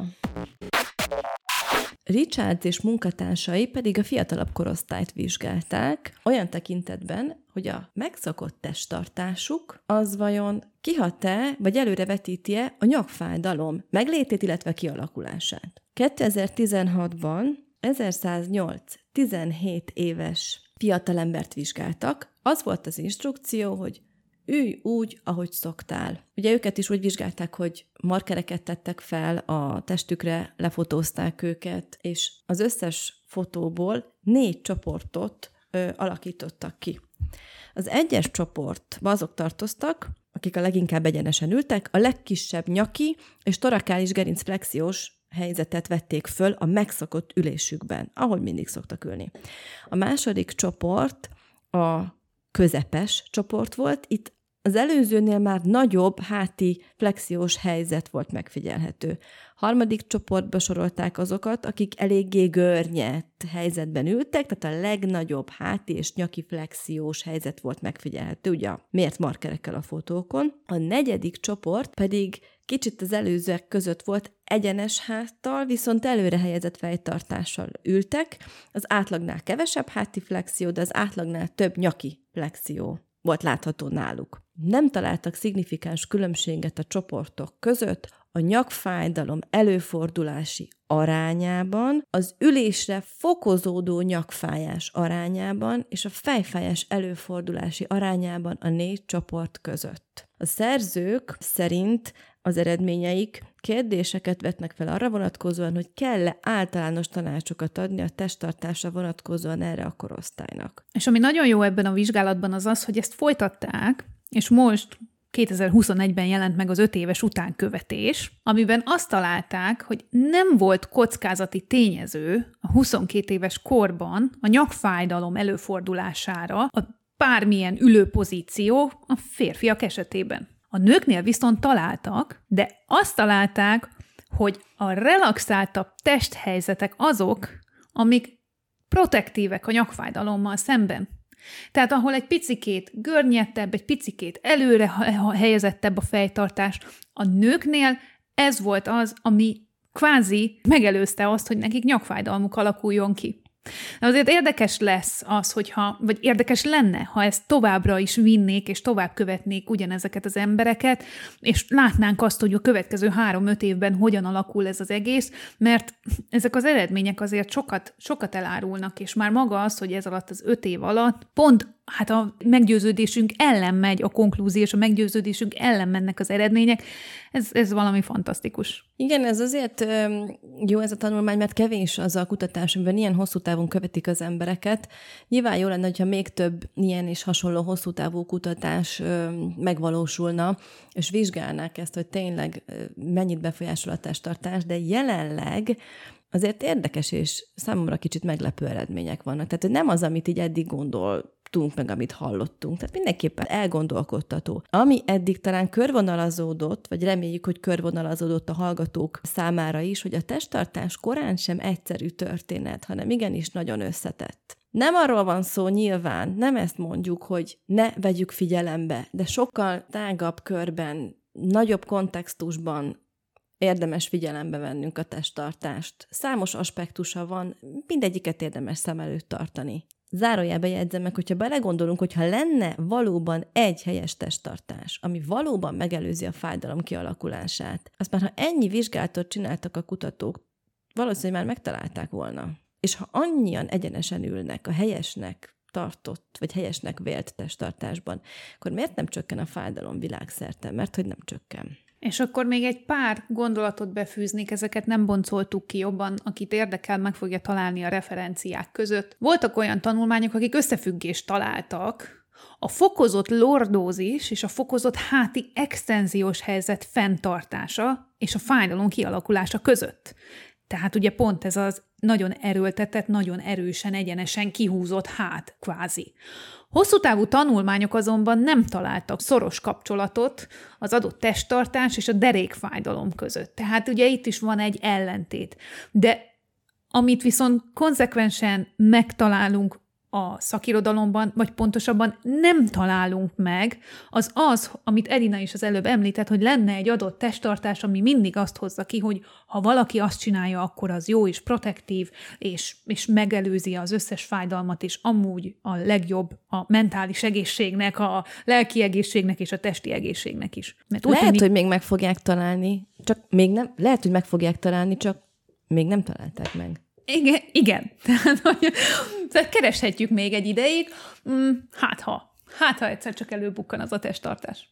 Richards és munkatársai pedig a fiatalabb korosztályt vizsgálták, olyan tekintetben, hogy a megszokott testtartásuk az vajon kihat-e, vagy előrevetíti-e a nyakfájdalom meglétét, illetve kialakulását. kétezer-tizenhatban ezerszáznyolc tizenhét éves fiatalembert vizsgáltak. Az volt az instrukció, hogy ülj úgy, ahogy szoktál. Ugye őket is úgy vizsgálták, hogy markereket tettek fel a testükre, lefotózták őket, és az összes fotóból négy csoportot ö, alakítottak ki. Az egyes csoportba azok tartoztak, akik a leginkább egyenesen ültek, a legkisebb nyaki és torakális gerincflexiós helyzetet vették föl a megszokott ülésükben, ahogy mindig szoktak ülni. A második csoport a közepes csoport volt, itt az előzőnél már nagyobb háti flexiós helyzet volt megfigyelhető. Harmadik csoportba sorolták azokat, akik eléggé görnyett helyzetben ültek, tehát a legnagyobb háti és nyaki flexiós helyzet volt megfigyelhető, ugye a mért markerekkel a fotókon. A negyedik csoport pedig kicsit az előzőek között volt egyenes háttal, viszont előre helyezett fejtartással ültek. Az átlagnál kevesebb háti flexió, de az átlagnál több nyaki flexió volt látható náluk. Nem találtak szignifikáns különbséget a csoportok között a nyakfájdalom előfordulási arányában, az ülésre fokozódó nyakfájás arányában és a fejfájás előfordulási arányában a négy csoport között. A szerzők szerint az eredményeik kérdéseket vetnek fel arra vonatkozóan, hogy kell-e általános tanácsokat adni a testtartásra vonatkozóan erre a korosztálynak. És ami nagyon jó ebben a vizsgálatban az az, hogy ezt folytatták, és most kétezer-huszonegyben jelent meg az öt éves utánkövetés, amiben azt találták, hogy nem volt kockázati tényező a huszonkét éves korban a nyakfájdalom előfordulására a bármilyen ülőpozíció a férfiak esetében. A nőknél viszont találtak, de azt találták, hogy a relaxáltabb testhelyzetek azok, amik protektívek a nyakfájdalommal szemben. Tehát ahol egy picikét görnyettebb, egy picikét előre helyezettebb a fejtartás, a nőknél ez volt az, ami kvázi megelőzte azt, hogy nekik nyakfájdalmuk alakuljon ki. De azért érdekes lesz az, hogyha, vagy érdekes lenne, ha ezt továbbra is vinnék, és tovább követnék ugyanezeket az embereket, és látnánk azt, hogy a következő három-öt évben hogyan alakul ez az egész, mert ezek az eredmények azért sokat, sokat elárulnak, és már maga az, hogy ez alatt az öt év alatt pont hát a meggyőződésünk ellen megy a konklúzió, és a meggyőződésünk ellen mennek az eredmények, ez, ez valami fantasztikus. Igen, ez azért jó ez a tanulmány, mert kevés az a kutatás, amiben ilyen hosszú távon követik az embereket. Nyilván jó lenne, hogyha még több ilyen és hasonló hosszú távú kutatás megvalósulna, és vizsgálnák ezt, hogy tényleg mennyit befolyásol a testtartás, de jelenleg azért érdekes és számomra kicsit meglepő eredmények vannak. Tehát nem az, amit így eddig gondoltunk, meg amit hallottunk. Tehát mindenképpen elgondolkodtató. Ami eddig talán körvonalazódott, vagy reméljük, hogy körvonalazódott a hallgatók számára is, hogy a testtartás korán sem egyszerű történet, hanem igenis nagyon összetett. Nem arról van szó nyilván, nem ezt mondjuk, hogy ne vegyük figyelembe, de sokkal tágabb körben, nagyobb kontextusban érdemes figyelembe vennünk a testtartást. Számos aspektusa van, mindegyiket érdemes szem előtt tartani. Zárójelbe jegyzem meg, hogyha belegondolunk, hogyha lenne valóban egy helyes testtartás, ami valóban megelőzi a fájdalom kialakulását, azt már ha ennyi vizsgálatot csináltak a kutatók, valószínűleg már megtalálták volna. És ha annyian egyenesen ülnek a helyesnek tartott, vagy helyesnek vélt testtartásban, akkor miért nem csökken a fájdalom világszerte? Mert hogy nem csökken. És akkor még egy pár gondolatot befűznék, ezeket nem boncoltuk ki jobban, akit érdekel, meg fogja találni a referenciák között. Voltak olyan tanulmányok, akik összefüggést találtak a fokozott lordózis és a fokozott háti extenziós helyzet fenntartása és a fájdalom kialakulása között. Tehát ugye pont ez az nagyon erőltetett, nagyon erősen, egyenesen kihúzott hát, kvázi. Hosszú távú tanulmányok azonban nem találtak szoros kapcsolatot az adott testtartás és a derékfájdalom között. Tehát ugye itt is van egy ellentét. De amit viszont konzekvensen megtalálunk a szakirodalomban, vagy pontosabban nem találunk meg, az az, amit Edina is az előbb említett, hogy lenne egy adott testtartás, ami mindig azt hozza ki, hogy ha valaki azt csinálja, akkor az jó és protektív, és, és megelőzi az összes fájdalmat, és amúgy a legjobb a mentális egészségnek, a lelki egészségnek és a testi egészségnek is. Mert úgy, lehet, hogy, mi... hogy még meg fogják találni, csak még nem, lehet, hogy meg fogják találni, csak még nem találták meg. Igen, igen. Tehát kereshetjük még egy ideig, hát ha, hát ha egyszer csak előbukkan az a testtartás.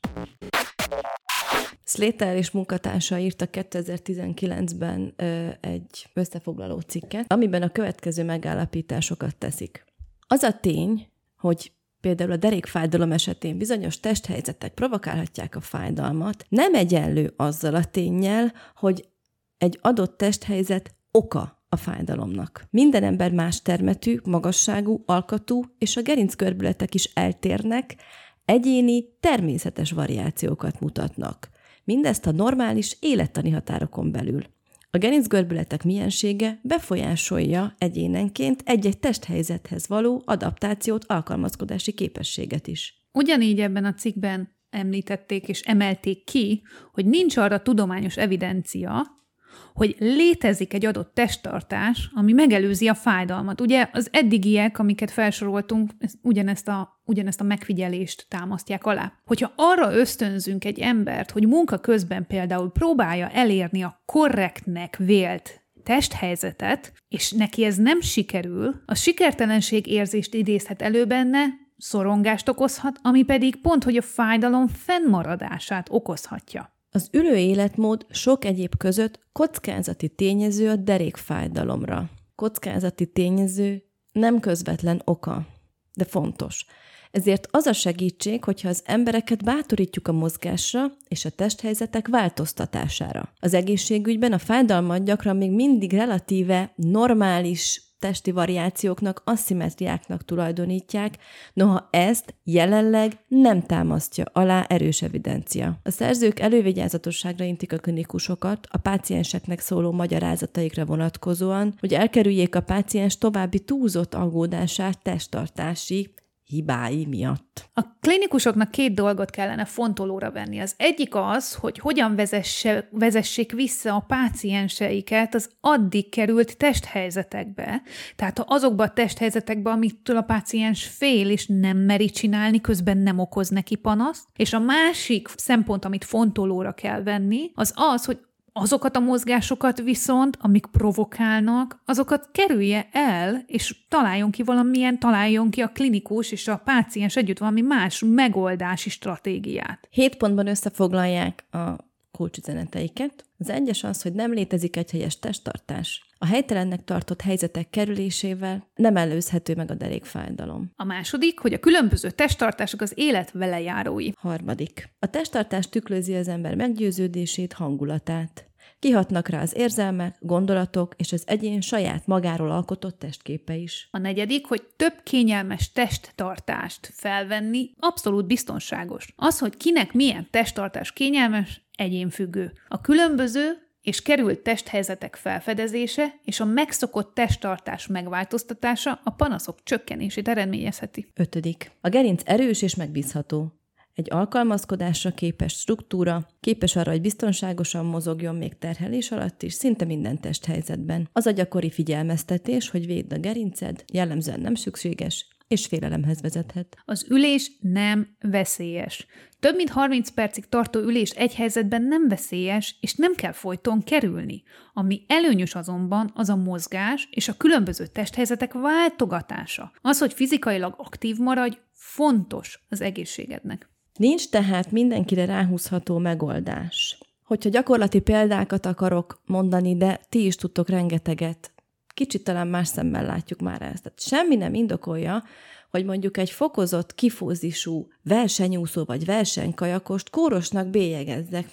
Slater és munkatársa írtak kétezer-tizenkilencben ö, egy összefoglaló cikket, amiben a következő megállapításokat teszik. Az a tény, hogy például a derékfájdalom esetén bizonyos testhelyzetek provokálhatják a fájdalmat, nem egyenlő azzal a ténnyel, hogy egy adott testhelyzet oka a fájdalomnak. Minden ember más termetű, magasságú, alkatú, és a gerincgörbületek is eltérnek, egyéni, természetes variációkat mutatnak. Mindezt a normális élettani határokon belül. A gerincgörbületek miensége befolyásolja egyénenként egy-egy testhelyzethez való adaptációt, alkalmazkodási képességet is. Ugyanígy ebben a cikkben említették és emelték ki, hogy nincs arra tudományos evidencia, hogy létezik egy adott testtartás, ami megelőzi a fájdalmat. Ugye az eddigiek, amiket felsoroltunk, ugyanezt a, ugyanezt a megfigyelést támasztják alá. Hogyha arra ösztönzünk egy embert, hogy munka közben például próbálja elérni a korrektnek vélt testhelyzetet, és neki ez nem sikerül, a sikertelenség érzést idézhet elő benne, szorongást okozhat, ami pedig pont, hogy a fájdalom fennmaradását okozhatja. Az ülő életmód sok egyéb között kockázati tényező a derékfájdalomra. Kockázati tényező nem közvetlen oka, de fontos. Ezért az a segítség, hogyha az embereket bátorítjuk a mozgásra és a testhelyzetek változtatására. Az egészségügyben a fájdalmat gyakran még mindig relatíve normális testi variációknak, aszimmetriáknak tulajdonítják, noha ezt jelenleg nem támasztja alá erős evidencia. A szerzők elővigyázatosságra intik a klinikusokat a pácienseknek szóló magyarázataikra vonatkozóan, hogy elkerüljék a páciens további túlzott aggódását testtartási hibái miatt. A klinikusoknak két dolgot kellene fontolóra venni. Az egyik az, hogy hogyan vezesse, vezessék vissza a pácienseiket az addig került testhelyzetekbe. Tehát ha azokba a testhelyzetekbe, amitől a páciens fél és nem meri csinálni, közben nem okoz neki panaszt. És a másik szempont, amit fontolóra kell venni, az az, hogy azokat a mozgásokat viszont, amik provokálnak, azokat kerülje el, és találjon ki valamilyen, találjon ki a klinikus és a páciens együtt valami más megoldási stratégiát. Hét pontban összefoglalják a kulcsüzeneteiket. Az egyes az, hogy nem létezik egy helyes testtartás. A helytelennek tartott helyzetek kerülésével nem előzhető meg a derékfájdalom. A második, hogy a különböző testtartások az élet velejárói. Harmadik. A testtartás tükrözi az ember meggyőződését, hangulatát. Kihatnak rá az érzelmek, gondolatok és az egyén saját magáról alkotott testképe is. A negyedik, hogy több kényelmes testtartást felvenni abszolút biztonságos. Az, hogy kinek milyen testtartás kényelmes, egyénfüggő. A különböző és került testhelyzetek felfedezése és a megszokott testtartás megváltoztatása a panaszok csökkenését eredményezheti. Ötödik. A gerinc erős és megbízható. Egy alkalmazkodásra képes struktúra, képes arra, hogy biztonságosan mozogjon még terhelés alatt is, szinte minden testhelyzetben. Az a gyakori figyelmeztetés, hogy védd a gerinced, jellemzően nem szükséges, és félelemhez vezethet. Az ülés nem veszélyes. Több mint harminc percig tartó ülés egy helyzetben nem veszélyes, és nem kell folyton kerülni. Ami előnyös azonban, az a mozgás és a különböző testhelyzetek váltogatása. Az, hogy fizikailag aktív maradj, fontos az egészségednek. Nincs tehát mindenkire ráhúzható megoldás. Hogyha gyakorlati példákat akarok mondani, de ti is tudtok rengeteget, kicsit talán más szemmel látjuk már ezt. Tehát semmi nem indokolja, hogy mondjuk egy fokozott kifózisú versenyúszó vagy versenykajakost kórosnak bélyegezzek, mert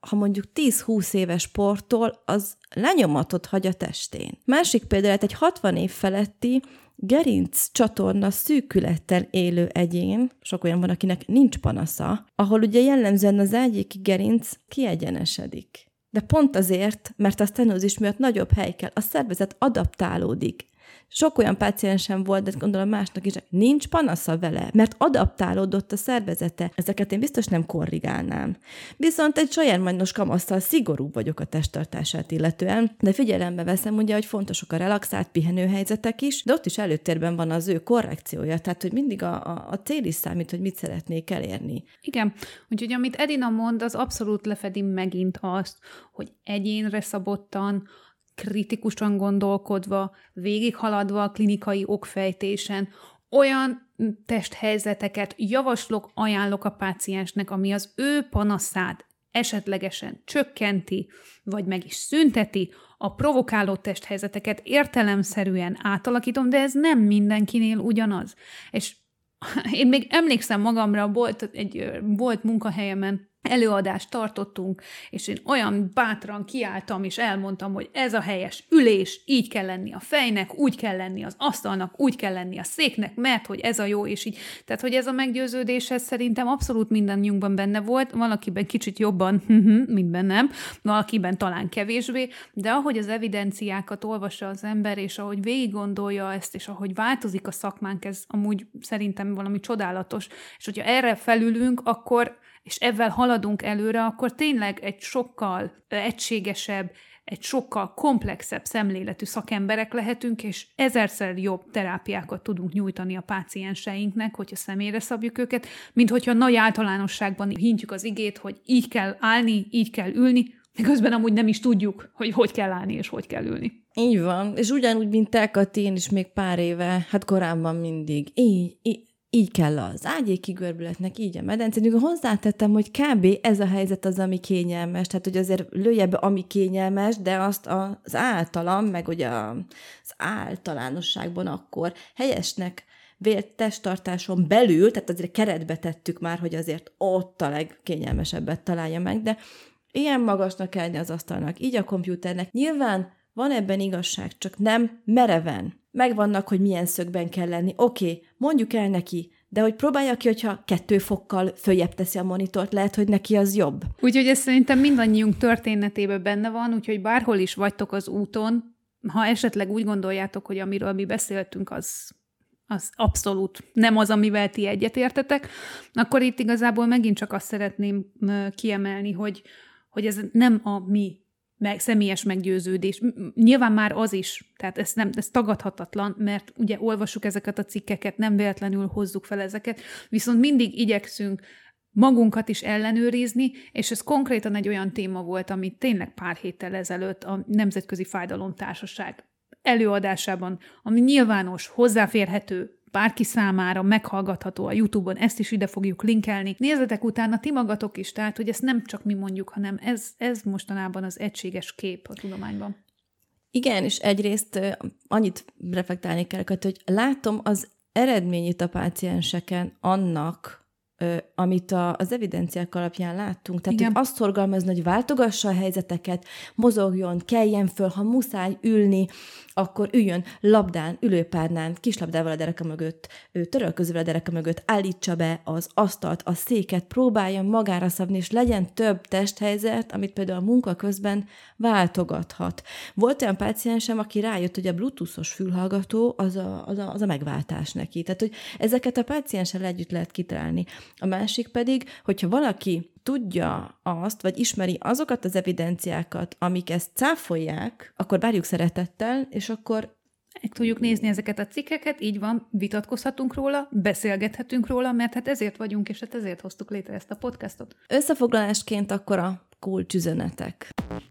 ha mondjuk tíz-húsz éves sporttól, az lenyomatot hagy a testén. Másik például egy hatvan év feletti gerinc csatorna szűkülettel élő egyén, sok olyan van, akinek nincs panasza, ahol ugye jellemzően az ágyéki gerinc kiegyenesedik. De pont azért, mert a sztenózis miatt nagyobb hely kell, a szervezet adaptálódik. Sok olyan páciensem volt, de gondolom másnak is, nincs panasza vele, mert adaptálódott a szervezete. Ezeket én biztos nem korrigálnám. Viszont egy sajármányos kamasszal szigorú vagyok a testtartását illetően, de figyelembe veszem ugye, hogy fontosak a relaxált pihenőhelyzetek is, de ott is előtérben van az ő korrekciója, tehát hogy mindig a, a, a cél is számít, hogy mit szeretnék elérni. Igen, úgyhogy amit Edina mond, az abszolút lefedi megint azt, hogy egyénre szabottan, kritikusan gondolkodva, végighaladva a klinikai okfejtésen, olyan testhelyzeteket javaslok, ajánlok a páciensnek, ami az ő panaszát esetlegesen csökkenti, vagy meg is szünteti, a provokáló testhelyzeteket értelemszerűen átalakítom, de ez nem mindenkinél ugyanaz. És én még emlékszem magamra, volt egy volt munkahelyemen, előadást tartottunk, és én olyan bátran kiálltam, és elmondtam, hogy ez a helyes ülés, így kell lenni a fejnek, úgy kell lenni az asztalnak, úgy kell lenni a széknek, mert hogy ez a jó, és így. Tehát, hogy ez a meggyőződés, ez szerintem abszolút mindannyiunkban benne volt, valakiben kicsit jobban, mint bennem, valakiben talán kevésbé, de ahogy az evidenciákat olvassa az ember, és ahogy végig gondolja ezt, és ahogy változik a szakmánk, ez amúgy szerintem valami csodálatos, és hogyha erre felülünk, akkor és ezzel haladunk előre, akkor tényleg egy sokkal egységesebb, egy sokkal komplexebb szemléletű szakemberek lehetünk, és ezerszer jobb terápiákat tudunk nyújtani a pácienseinknek, hogyha személyre szabjuk őket, mint hogyha nagy általánosságban hintjük az igét, hogy így kell állni, így kell ülni, miközben amúgy nem is tudjuk, hogy hogy kell állni és hogy kell ülni. Így van, és ugyanúgy, mint te, Kati, én is még pár éve, hát korábban mindig, így, így. Így kell az ágyéki görbületnek, így a medencének. Hozzátettem, hogy kb. Ez a helyzet az, ami kényelmes, tehát hogy azért lője be, ami kényelmes, de azt az általam, meg ugye az általánosságban akkor helyesnek vélt testtartáson belül, tehát azért keretbe tettük már, hogy azért ott a legkényelmesebbet találja meg, de ilyen magasnak kellene az asztalnak, így a kompjúternek. Nyilván van ebben igazság, csak nem mereven. Megvannak, hogy milyen szögben kell lenni. Oké, okay, mondjuk el neki, de hogy próbálja ki, hogyha kettő fokkal följebb teszi a monitort, lehet, hogy neki az jobb. Úgyhogy ez szerintem mindannyiunk történetében benne van, úgyhogy bárhol is vagytok az úton, ha esetleg úgy gondoljátok, hogy amiről mi beszéltünk, az, az abszolút nem az, amivel ti egyetértetek, akkor itt igazából megint csak azt szeretném kiemelni, hogy, hogy ez nem a mi meg személyes meggyőződés. Nyilván már az is, tehát ez, nem, ez tagadhatatlan, mert ugye olvassuk ezeket a cikkeket, nem véletlenül hozzuk fel ezeket, viszont mindig igyekszünk magunkat is ellenőrizni, és ez konkrétan egy olyan téma volt, amit tényleg pár héttel ezelőtt a Nemzetközi Fájdalomtársaság előadásában, ami nyilvános, hozzáférhető, bárki számára meghallgatható a YouTube-on, ezt is ide fogjuk linkelni. Nézzetek utána ti magatok is, tehát, hogy ezt nem csak mi mondjuk, hanem ez, ez mostanában az egységes kép a tudományban. Igen, és egyrészt annyit reflektálni kell, hogy látom az eredményét a pácienseken annak, amit a, az evidenciák alapján láttunk. Tehát, igen, hogy azt szorgalmazni, hogy váltogassa a helyzeteket, mozogjon, keljen föl, ha muszáj ülni, akkor üljön labdán, ülőpárnán, kislabdával a dereka mögött, törölközővel a dereka mögött, állítsa be az asztalt, a széket, próbáljon magára szabni, és legyen több testhelyzet, amit például a munka közben váltogathat. Volt olyan páciensem, aki rájött, hogy a bluetoothos fülhallgató az a, az a, az a megváltás neki. Tehát, hogy ezeket a pácienssel együtt lehet kitalálni. A másik pedig, hogyha valaki tudja azt, vagy ismeri azokat az evidenciákat, amik ezt cáfolják, akkor várjuk szeretettel, és akkor meg tudjuk nézni ezeket a cikkeket, így van, vitatkozhatunk róla, beszélgethetünk róla, mert hát ezért vagyunk, és hát ezért hoztuk létre ezt a podcastot. Összefoglalásként akkor a kulcsüzenetek.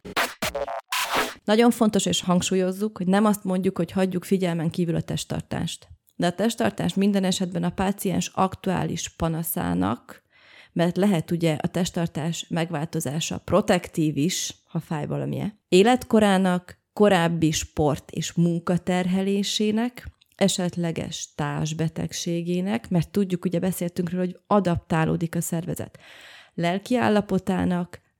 Nagyon fontos, és hangsúlyozzuk, hogy nem azt mondjuk, hogy hagyjuk figyelmen kívül a testtartást. De a testtartás minden esetben a páciens aktuális panaszának, mert lehet ugye a testtartás megváltozása protektív is, ha fáj valamilyen, életkorának, korábbi sport és munkaterhelésének, esetleges társbetegségének, mert tudjuk, ugye beszéltünk róla, hogy adaptálódik a szervezet, lelki állapotának,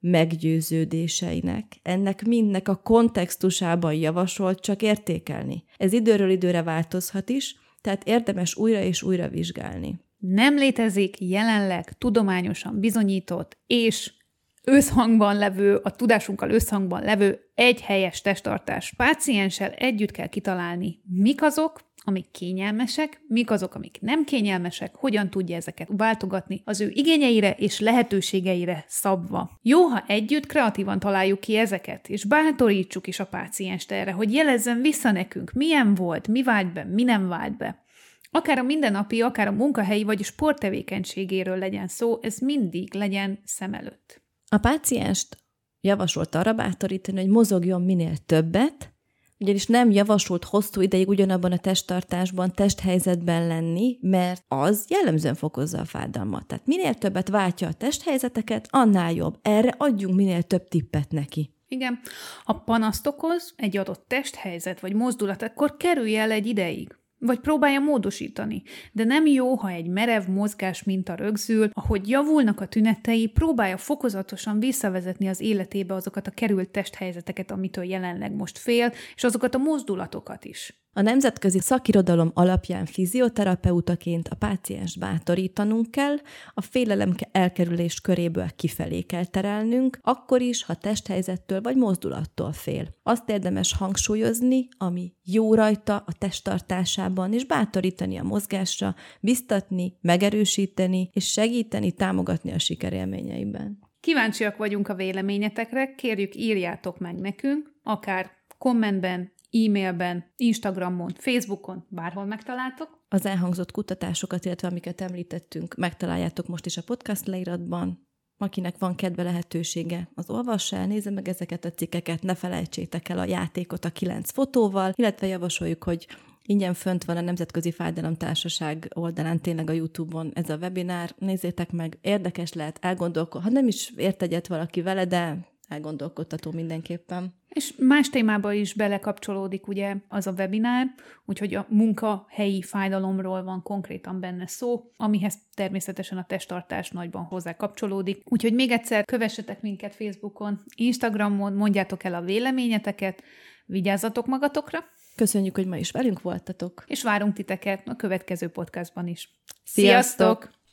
meggyőződéseinek, ennek mindnek a kontextusában javasolt csak értékelni. Ez időről időre változhat is, tehát érdemes újra és újra vizsgálni. Nem létezik jelenleg tudományosan bizonyított és összhangban levő, a tudásunkkal összhangban levő egy helyes testtartás. Pácienssel együtt kell kitalálni, mik azok, amik kényelmesek, mik azok, amik nem kényelmesek, hogyan tudja ezeket váltogatni az ő igényeire és lehetőségeire szabva. Jó, ha együtt kreatívan találjuk ki ezeket, és bátorítsuk is a pácienst erre, hogy jelezzen vissza nekünk, milyen volt, mi vált be, mi nem vált be. Akár a mindennapi, akár a munkahelyi vagy a sporttevékenységéről legyen szó, ez mindig legyen szem előtt. A pácienst javasolt arra bátorítani, hogy mozogjon minél többet, ugyanis nem javasolt hosszú ideig ugyanabban a testtartásban, testhelyzetben lenni, mert az jellemzően fokozza a fájdalmat. Tehát minél többet váltja a testhelyzeteket, annál jobb. Erre adjunk minél több tippet neki. Igen. Ha panaszt okoz egy adott testhelyzet vagy mozdulat, akkor kerülj el egy ideig. Vagy próbálja módosítani. De nem jó, ha egy merev mozgás minta rögzül, ahogy javulnak a tünetei, próbálja fokozatosan visszavezetni az életébe azokat a került testhelyzeteket, amitől jelenleg most fél, és azokat a mozdulatokat is. A nemzetközi szakirodalom alapján fizioterapeutaként a pácienst bátorítanunk kell, a félelem elkerülés köréből kifelé kell terelnünk, akkor is, ha testhelyzettől vagy mozdulattól fél. Azt érdemes hangsúlyozni, ami jó rajta a testtartásában, és bátorítani a mozgásra, biztatni, megerősíteni, és segíteni, támogatni a sikerélményeiben. Kíváncsiak vagyunk a véleményetekre, kérjük írjátok meg nekünk, akár kommentben, e-mailben, Instagramon, Facebookon, bárhol megtaláltok. Az elhangzott kutatásokat, illetve amiket említettünk, megtaláljátok most is a podcast leíratban. Akinek van kedve, lehetősége, az olvassa el, nézze meg ezeket a cikkeket, ne felejtsétek el a játékot a kilenc fotóval, illetve javasoljuk, hogy ingyen fönt van a Nemzetközi Fájdalomtársaság oldalán, tényleg a YouTube-on ez a webinár. Nézzétek meg, érdekes lehet, elgondolkodni, ha nem is ért egyet valaki vele, de elgondolkodtató mindenképpen. És más témába is belekapcsolódik ugye az a webinár, úgyhogy a munkahelyi fájdalomról van konkrétan benne szó, amihez természetesen a testtartás nagyban hozzá kapcsolódik. Úgyhogy még egyszer kövessetek minket Facebookon, Instagramon, mondjátok el a véleményeteket, vigyázzatok magatokra. Köszönjük, hogy ma is velünk voltatok. És várunk titeket a következő podcastban is. Sziasztok!